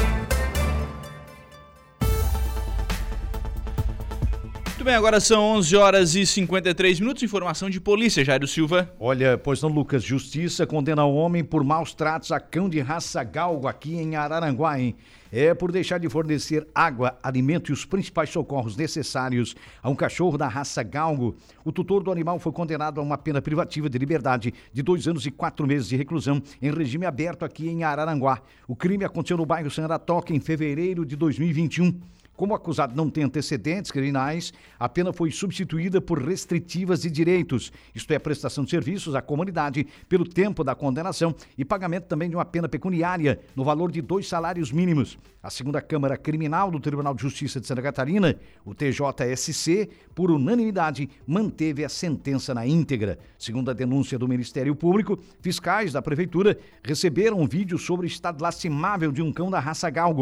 Muito bem, agora são onze horas e cinquenta e três minutos, informação de polícia, Jairo Silva. Olha, pois não, Lucas, justiça condena o homem por maus tratos a cão de raça galgo aqui em Araranguá, hein? É por deixar de fornecer água, alimento e os principais socorros necessários a um cachorro da raça galgo. O tutor do animal foi condenado a uma pena privativa de liberdade de dois anos e quatro meses de reclusão em regime aberto aqui em Araranguá. O crime aconteceu no bairro Sanaratoca em fevereiro de dois mil e vinte e um. Como o acusado não tem antecedentes criminais, a pena foi substituída por restritivas de direitos, isto é, prestação de serviços à comunidade pelo tempo da condenação e pagamento também de uma pena pecuniária no valor de dois salários mínimos. A segunda Câmara Criminal do Tribunal de Justiça de Santa Catarina, o T J S C, por unanimidade, manteve a sentença na íntegra. Segundo a denúncia do Ministério Público, fiscais da Prefeitura receberam um vídeo sobre o estado lastimável de um cão da raça galgo.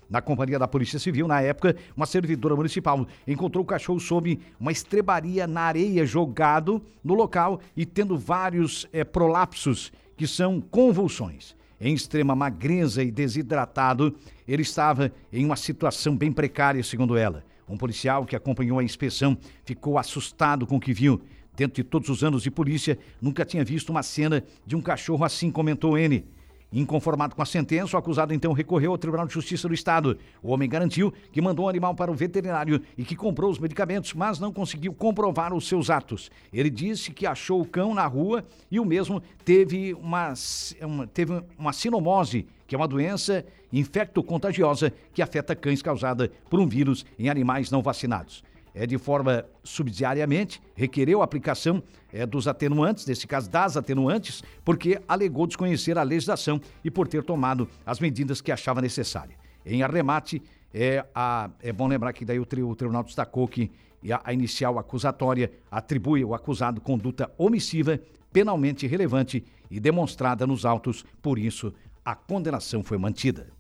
Na companhia da Polícia Civil, na época, uma servidora municipal encontrou o cachorro sob uma estrebaria na areia, jogado no local e tendo vários é, prolapsos, que são convulsões. Em extrema magreza e desidratado, ele estava em uma situação bem precária, segundo ela. Um policial que acompanhou a inspeção ficou assustado com o que viu. Dentro de todos os anos de polícia, nunca tinha visto uma cena de um cachorro assim, comentou N. Inconformado com a sentença, o acusado então recorreu ao Tribunal de Justiça do Estado. O homem garantiu que mandou o animal para o veterinário e que comprou os medicamentos, mas não conseguiu comprovar os seus atos. Ele disse que achou o cão na rua e o mesmo teve uma, uma, teve uma sinomose, que é uma doença infecto-contagiosa que afeta cães causada por um vírus em animais não vacinados. É, de forma subsidiariamente, requereu a aplicação é, dos atenuantes, nesse caso das atenuantes, porque alegou desconhecer a legislação e por ter tomado as medidas que achava necessária. Em arremate, é, a, é bom lembrar que daí o, tri, o tribunal destacou que a, a inicial acusatória atribui ao acusado conduta omissiva, penalmente relevante e demonstrada nos autos, por isso a condenação foi mantida.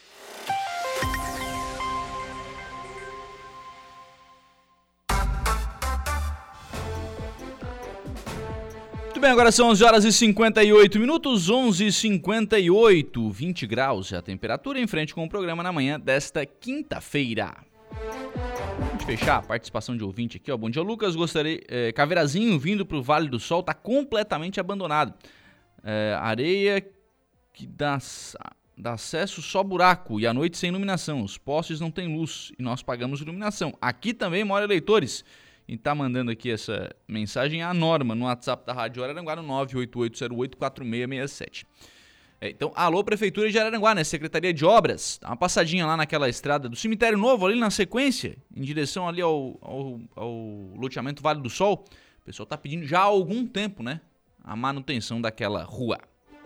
Muito bem, agora são onze horas e cinquenta e oito minutos, onze e cinquenta e oito, vinte graus a temperatura, em frente com o programa na manhã desta quinta-feira. Vamos fechar a participação de ouvinte aqui, ó. Bom dia, Lucas, gostaria... É, Caveirazinho vindo pro Vale do Sol tá completamente abandonado. É, areia que dá, dá acesso só buraco e à noite sem iluminação. Os postes não têm luz e nós pagamos iluminação. Aqui também mora eleitores. E tá mandando aqui essa mensagem a Norma no WhatsApp da Rádio Araranguá no nove oito oito zero oito quatro seis seis sete. É, então, alô Prefeitura de Araranguá, né? Secretaria de Obras, dá uma passadinha lá naquela estrada do Cemitério Novo, ali na sequência, em direção ali ao, ao, ao loteamento Vale do Sol. O pessoal tá pedindo já há algum tempo, né? A manutenção daquela rua.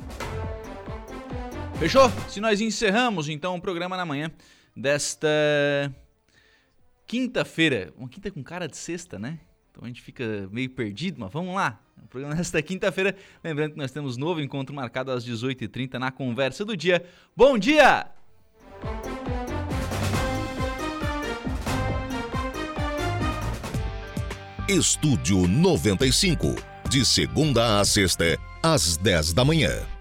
Fechou? Se nós encerramos, então, o programa na manhã desta... quinta-feira, uma quinta com cara de sexta, né? Então a gente fica meio perdido, mas vamos lá. O programa nesta quinta-feira, lembrando que nós temos novo encontro marcado às dezoito e trinta na Conversa do Dia. Bom dia! Estúdio noventa e cinco, de segunda a sexta, às dez da manhã.